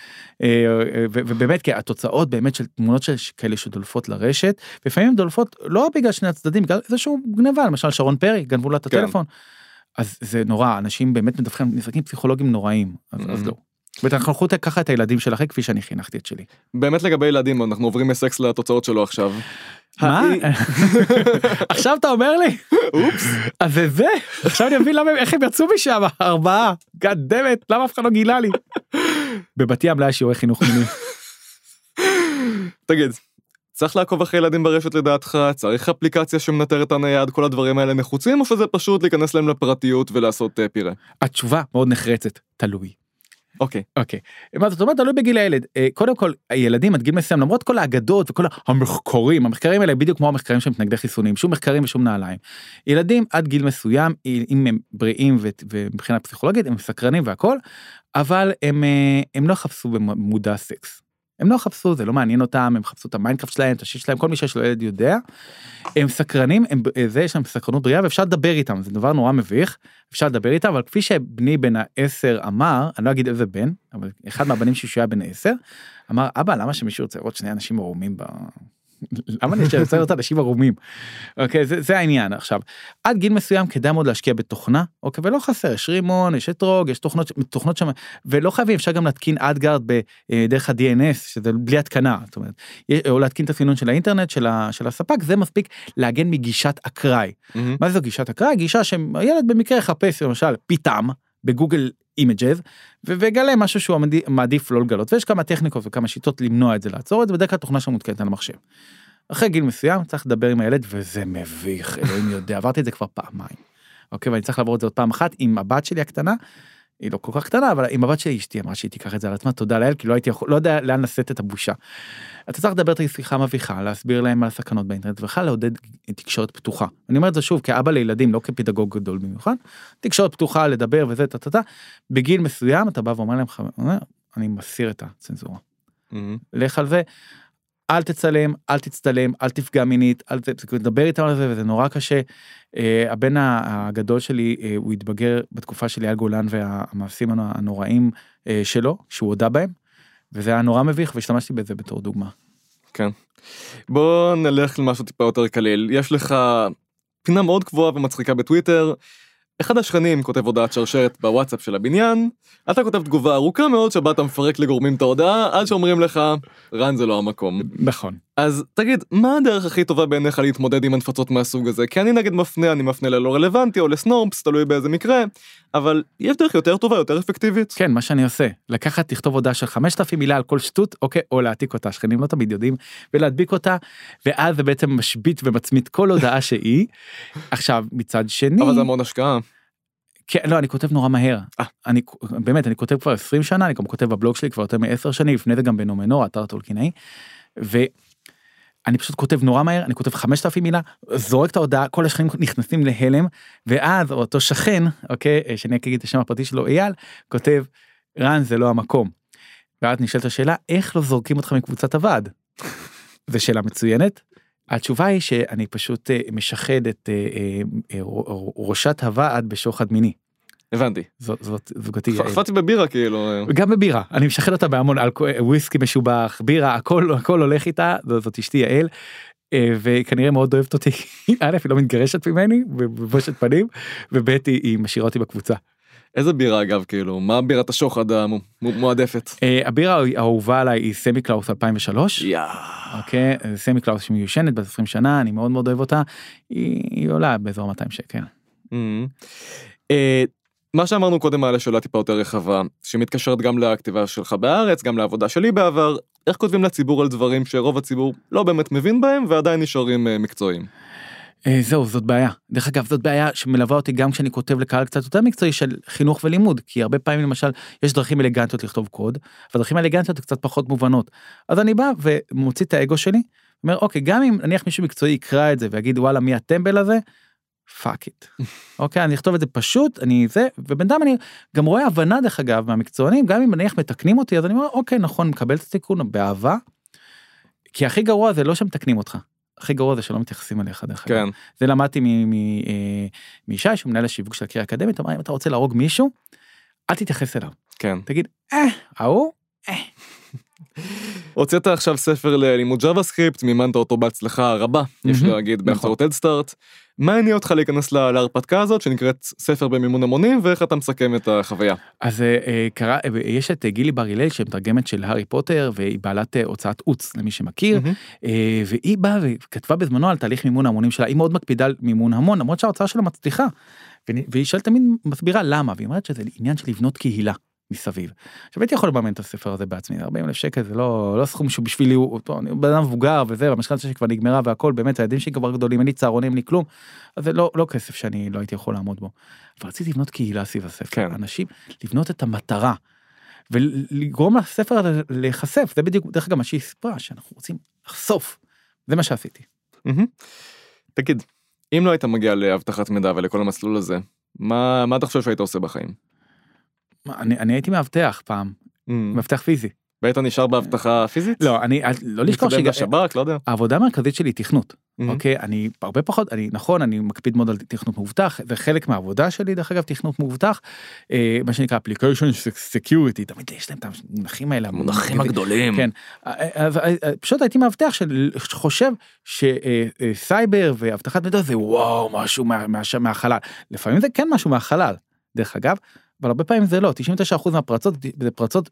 ובאמת, כי התוצאות באמת של תמונות כאלה שדולפות לרשת, לפעמים דולפות לא בגלל שני הצדדים, בגלל איזשהו גנבה, למשל שרון פרי, גנבו לה את הטלפון, אז זה נורא, אנשים באמת מדווחים נזקים פסיכולוגיים נוראים, אז לא. ואנחנו הולכות לקחת את הילדים שלכם כפי שאני חינכתי את שלי. באמת לגבי ילדים, אנחנו עוברים מסקס לתוצאות שלו עכשיו. מה? עכשיו אתה אומר לי? אופס. אז זה, עכשיו אני מבין איך הם יצאו משם, 4, God damn it, למה אף אחד לא גילה לי? בבתי המלאה שיעורי חינוך מיני. תגיד, צריך לעקוב אחרי ילדים ברשת לדעתך, צריך אפליקציה שמנטרת הנייד, כל הדברים האלה נחוצים, או שזה פשוט להיכנס להם לפרטיות ולעשות פירה? התשובה מאוד נחרצת, תלוי. אוקיי. מה זאת אומרת, תלוי בגיל הילד. קודם כל, הילדים עד גיל מסוים, למרות כל האגדות וכל המחקרים האלה בדיוק כמו המחקרים של מתנגדי חיסונים, שום מחקרים ושום נעליים. ילדים עד גיל מסוים, אם הם בריאים ומבחינה פסיכולוגית, הם סקרנים והכל, אבל הם לא חפשו במודע סקס. הם לא חפשו, זה לא מעניין אותם, הם חפשו את המיינקראפט שלהם, את השיט שלהם, כל מי שיש לו ילד יודע. הם סקרנים, יש להם סקרנות בריאה, ואפשר לדבר איתם, זה דבר נורא מביך, אפשר לדבר איתם, אבל כפי שבני בן 10 אמר, אני לא אגיד איזה בן, אבל אחד מהבנים שהיה בן 10, אמר, אבא, למה שמישהו רוצה לראות שני אנשים ערומים למה אני רוצה לראות אנשים ערומים? אוקיי, זה העניין. עכשיו, עד גיל מסוים כדאי מאוד להשקיע בתוכנה, אוקיי, ולא חסר, יש רימון, יש אתרוג, יש תוכנות שם, ולא חייבים, אפשר גם להתקין אדגארד בדרך ה-DNS, שזה בלי התקנה, זאת אומרת, או להתקין את הסינון של האינטרנט, של הספק, זה מספיק להגן מגישת אקראי. מה זו גישת אקראי? גישה שהילד במקרה יחפש, למשל, פיתם, בגוגל אימג'ז, וגלה משהו שהוא מעדיף לא לגלות, ויש כמה טכניקות וכמה שיטות למנוע את זה, לעצור את זה, בדרך כלל תוכנה שמותקנת על המחשב. אחרי גיל מסוים צריך לדבר עם הילד, וזה מביך, אלוהים יודע, עברתי את זה כבר פעמיים. אוקיי, ואני צריך לעבור את זה עוד פעם אחת, עם הבת שלי הקטנה, היא לא כל כך קטנה, אבל עם הבת שלי אשתי אמרה שהיא תיקח את זה על עצמה, תודה לאל, כי לא יודע לאן לשאת את הבושה. אתה צריך לדבר את השיחה מביכה, להסביר להם על הסכנות באינטרנט, ובכלל לעודד תקשורת פתוחה. אני אומר את זה שוב, כאבא לילדים, לא כפדגוג גדול במיוחד, תקשורת פתוחה, לדבר וזה, בגיל מסוים, אתה בא ואומר להם, אני מסיר את הצנזורה. לך על זה, אל תצלם, אל תצטלם, אל תפגע מינית, תדבר איתם על זה, וזה נורא קשה. הבן הגדול שלי, הוא התבגר בתקופה של אייל גולן, והמעשים הנוראים שלו, שהוא הודע בהם, וזה היה נורא מביך, והשתמשתי בזה בתור דוגמה. כן. בוא נלך למשהו טיפה יותר קליל. יש לך פינה מאוד קבועה ומצחיקה בטוויטר, אחד השכנים כותב הודעת שרשרת בוואטסאפ של הבניין, אתה כותב תגובה ארוכה מאוד שבה אתה מפרק לגורמים את ההודעה, עד שאומרים לך, רן זה לא המקום. נכון. אז תגיד, מה הדרך הכי טובה בעיניך להתמודד עם הנפצות מהסוג הזה? כי אני נגד אני מפנה ללא רלוונטי או לסנורפס, תלוי באיזה מקרה, אבל יש דרך יותר טובה, יותר אפקטיבית? כן, מה שאני עושה, לקחת, לכתוב הודעה של 5,000 מילה על כל שטות, אוקיי, או להעתיק אותה, שכנים לא תמיד יודעים, ולהדביק אותה, ואז זה בעצם משבית ומצמית כל הודעה שהיא. עכשיו, מצד שני... אבל זה המון השקעה. כן, לא, אני כותב נורא מהר. באמת, אני כותב כבר 20 שנה, אני גם כותב בבלוג שלי כבר יותר מ10 שנים, לפני זה גם בנומנור, אתר טולקינאי, ואני פשוט כותב נורא מהר, אני כותב 5,000 מילה, זורק את ההודעה, כל השכנים נכנסים להלם, ואז אותו שכן, אוקיי, שאני אגיד את השם הפרטי שלו, אייל, כותב, רן זה לא המקום. ואז נשאלת השאלה, איך לא זורקים אותך מקבוצת הוועד? זו שאלה מצוינת. התשובה היא שאני פשוט משחד את ראשת הוועד בשוחד מיני. הבנתי. זאת זוגתי. חפתי בבירה כאילו. גם בבירה, אני משחד אותה בהמון, וויסקי משובח, בירה, הכל הולך איתה, זאת אשתי יעל, וכנראה מאוד אוהבת אותי, א', היא לא מתגרשת ממני, בבושת פנים, וב' היא משאירה אותי בקבוצה. איזה בירה אגב כאילו, מה בירת השוחד המועדפת? הבירה האהובה עליי היא סמי קלאוס 2003. אוקיי, סמי קלאוס שמיושנת בת 20 שנה, אני מאוד מאוד אוהב אותה, היא עולה באזור 200 שקל. מה שאמרנו קודם מעלה שאלה טיפה יותר רחבה, שמתקשרת גם לכתיבה שלך בארץ, גם לעבודה שלי בעבר, איך כותבים לציבור על דברים שרוב הציבור לא באמת מבין בהם, ועדיין נשארים מקצועיים? זהו, זאת בעיה. דרך אגב, זאת בעיה שמלווה אותי גם כשאני כותב לקהל קצת יותר מקצועי של חינוך ולימוד, כי הרבה פעמים למשל יש דרכים אלגנטיות לכתוב קוד, והדרכים אלגנטיות קצת פחות מובנות. אז אני בא ומוציא את האגו שלי, אומר, אוקיי, גם אם נניח מישהו מקצועי יקרא את זה ויגיד, וואלה, מי הטמבל הזה? פאק איט. אוקיי, אני אכתוב את זה פשוט, ובינתיים אני גם רואה הבנה דרך אגב מהמקצוענים, גם אם נניח מתקנים אותי, אז אני אומר, אוקיי, נכון, מקבל את התיקון באהבה, כי הכי גרוע זה לא שמתקנים אותך. הכי גרוע זה שלא מתייחסים אליך דרך אגב. זה למדתי מישי, שהוא מנהל השיווק של הקריה האקדמית, אמר, אם אתה רוצה להרוג מישהו, אל תתייחס אליו. כן. תגיד, ההוא, הוצאת עכשיו ספר ללימוד JavaScript, מימנת אותו בהצלחה רבה, יש להגיד, באמצעות HeadStart. מה הניע אותך להיכנס להרפתקה הזאת, שנקראת ספר במימון המונים, ואיך אתה מסכם את החוויה? אז יש את גילי בר הלל, שמתרגמת של הארי פוטר, והיא בעלת הוצאת עוץ, למי שמכיר, והיא באה וכתבה בזמנו על תהליך מימון המונים שלה, היא מאוד מקפידה על מימון המון, למרות שההוצאה שלה מצליחה, והיא שואלת תמיד מסבירה למה, והיא אומרת שזה עניין של לבנות קהילה מסביב. עכשיו הייתי יכול לממן את הספר הזה בעצמי, 40,000 שקל זה לא סכום שבשבילי הוא, אני בן אדם מבוגר וזה, המשכנתא שכבר נגמרה והכל, באמת הילדים שלי כבר גדולים, אין לי צהרונים, אין לי כלום, אז זה לא כסף שאני לא הייתי יכול לעמוד בו. אבל רציתי לבנות קהילה סביב הספר, כן. אנשים, לבנות את המטרה, ולגרום לספר הזה להיחשף, זה בדיוק, דרך אגב, מה שהיא סיפרה, שאנחנו רוצים לחשוף, זה מה שעשיתי. תגיד, אם לא היית מגיע להבטחת מידע ולכל המסלול הזה, מה אתה חושב שהיית עושה בחיים? אני הייתי מאבטח פעם, מאבטח פיזי. והיית נשאר בהבטחה פיזית? לא, לא לשכוח בשב"כ, לא יודע. העבודה המרכזית שלי היא תכנות, אוקיי? אני הרבה פחות, נכון, אני מקפיד מאוד על תכנות מאובטח, זה חלק מהעבודה שלי, דרך אגב, תכנות מאובטח, מה שנקרא Application Security, תמיד יש להם את המונחים האלה, המונחים הגדולים. כן, אז פשוט הייתי מאבטח שחושב שסייבר והבטחת מידע זה וואו, משהו מהחלל. לפעמים זה כן משהו מהחלל, דרך אגב, אבל הרבה פעמים זה לא, 99% מהפרצות, זה פרצות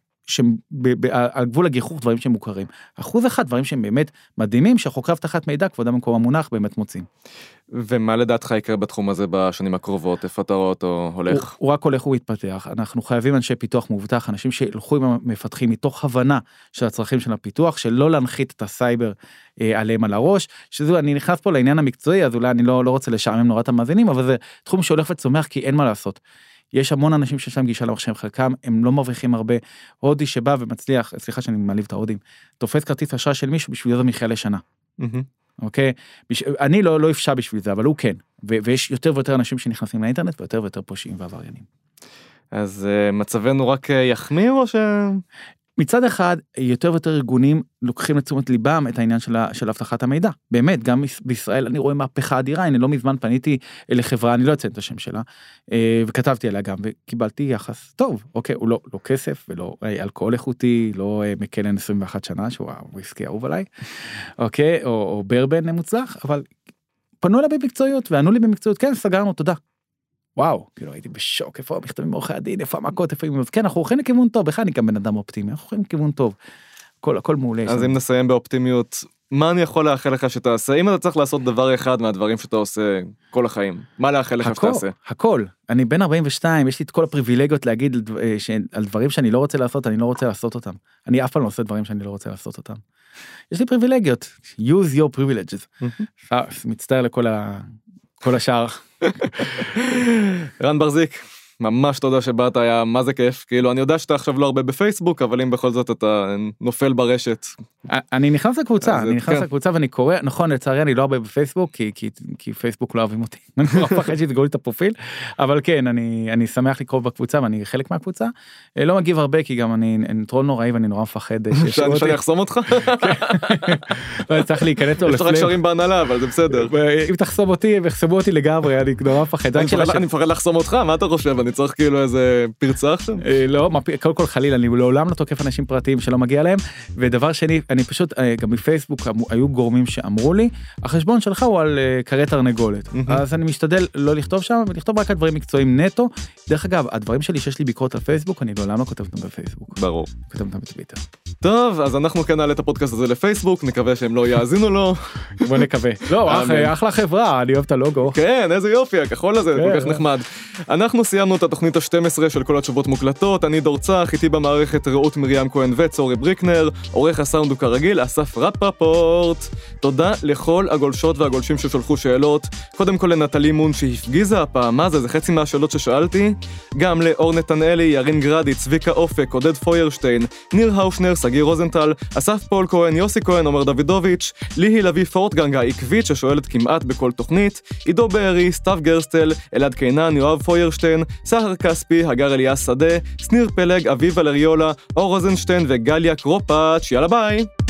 על גבול הגיחוך, דברים שהם מוכרים. 1% דברים שהם באמת מדהימים, שחוקרי אבטחת מידע, כבודם במקום המונח, באמת מוצאים. ומה לדעתך יקרה בתחום הזה בשנים הקרובות? איפה אתה רואה אותו הולך? הוא רק הולך ומתפתח. אנחנו חייבים אנשי פיתוח מאובטח, אנשים שילכו עם המפתחים מתוך הבנה של הצרכים של הפיתוח, שלא להנחית את הסייבר עליהם על הראש, שזו, אני נכנס פה לעניין המקצועי, אז אולי אני לא רוצה לשעמם נורא את המאזינים, אבל זה תחום שהולך וצומח, כי אין מה לעשות. יש המון אנשים שיש להם גישה למחשב, חלקם הם לא מרוויחים הרבה. הודי שבא ומצליח, סליחה שאני מעליב את ההודים, תופס כרטיס אשראי של מישהו בשביל זה מחיה לשנה. אוקיי? אני לא אפשע בשביל זה, אבל הוא כן. ויש יותר ויותר אנשים שנכנסים לאינטרנט, ויותר ויותר פושעים ועבריינים. אז מצבנו רק יחמיר או ש... מצד אחד, יותר ויותר ארגונים לוקחים לתשומת ליבם את העניין של הבטחת המידע. באמת, גם בישראל אני רואה מהפכה אדירה, אני לא מזמן פניתי לחברה, אני לא אציין את השם שלה, וכתבתי עליה גם, וקיבלתי יחס טוב. אוקיי, הוא לא כסף, ולא אלכוהול איכותי, לא מקלן 21 שנה, שהוא וויסקי אהוב עליי, אוקיי, או ברבן מוצלח, אבל פנו אליי במקצועיות, וענו לי במקצועיות, כן, סגרנו, תודה. וואו, כאילו הייתי בשוק, איפה המכתבים מעורכי הדין, איפה המכות, איפה... כן, אנחנו הולכים לכיוון טוב, בכלל אני גם בן אדם אופטימי, אנחנו הולכים לכיוון טוב, הכל מעולה. אז אם נסיים באופטימיות, מה אני יכול לאחל לך שתעשה? אם אתה צריך לעשות דבר אחד מהדברים שאתה עושה כל החיים, מה לאחל לך שתעשה? הכל, אני בן 42, יש לי את כל הפריבילגיות להגיד על דברים שאני לא רוצה לעשות, אני לא רוצה לעשות אותם. אני אף פעם לא עושה דברים שאני לא רוצה לעשות אותם. יש לי פריבילגיות, use your privileges. מצטער לכל השאר. רן ברזיק, ממש תודה שבאת, היה מה זה כיף, כאילו אני יודע שאתה עכשיו לא הרבה בפייסבוק, אבל אם בכל זאת אתה נופל ברשת. אני נכנס לקבוצה, ואני קורא, נכון, לצערי אני לא הרבה בפייסבוק, כי פייסבוק לא אוהבים אותי, אני לא מפחד שיסגרו לי את הפרופיל, אבל כן, אני שמח לקרוא בקבוצה, ואני חלק מהקבוצה, לא מגיב הרבה, כי גם אני טרול נוראי, ואני נורא מפחד. שאני אחסום אותך? צריך להיכנס לו יש לך רק שרים בהנהלה, אבל זה בסדר. אם תחסום אותי, ויחסמו אותי לגמרי, אני נורא מפחד. אני מפחד לחסום אותך, מה אתה חושב? אני צריך כאילו איזה פרצה עכשיו? לא, קודם כל חלילה, אני לעולם לא תוקף אנשים פרטיים שלא מגיע להם, ודבר שני, אני פשוט, גם בפייסבוק היו גורמים שאמרו לי, החשבון שלך הוא על קרי תרנגולת, אז אני משתדל לא לכתוב שם, ולכתוב רק על דברים מקצועיים נטו. דרך אגב, הדברים שלי שיש לי ביקורת על פייסבוק, אני לעולם לא כותב אותם בפייסבוק. ברור. כותב אותם בטוויטר. טוב, אז אנחנו כן נעלה את הפודקאסט הזה לפייסבוק, נקווה שהם לא יאזינו לו. בוא נקווה. לא, אחלה חברה, אני אוהב את הלוגו. כן, איזה יופי, הכחול הזה, כל כך נחמד. אנחנו סיימנו את התוכנית ה-12 של כל התשובות מוקלטות, אני דור צח, איתי במערכת רעות מרים כהן וצורי בריקנר, עורך הסאונד הוא כרגיל, אסף רפפורט. תודה לכל הגולשות והגולשים ששולחו שאלות, קודם כל לנטלי מון שהפגיזה הפעם, מה זה חצי מהשאלות ששאלתי, גם לאור נתנאלי, ירין גרדי, צביקה אופק, עודד פוירשטיין, ניר האופנר, סגי רוזנטל, אסף פול כהן, יוסי כהן, עומר דוידוביץ', ליהי לוי פורטגנג העקבית ששואלת כמעט בכל תוכנית, עידו בארי, סתיו גרסטל, אלעד קינן, יואב פוירשטיין, סהר כספי, הגר אליאס שדה, שניר פלג, אביב אלריולה, אור רוזנשטיין וגליה קרופאץ'. יאללה ביי!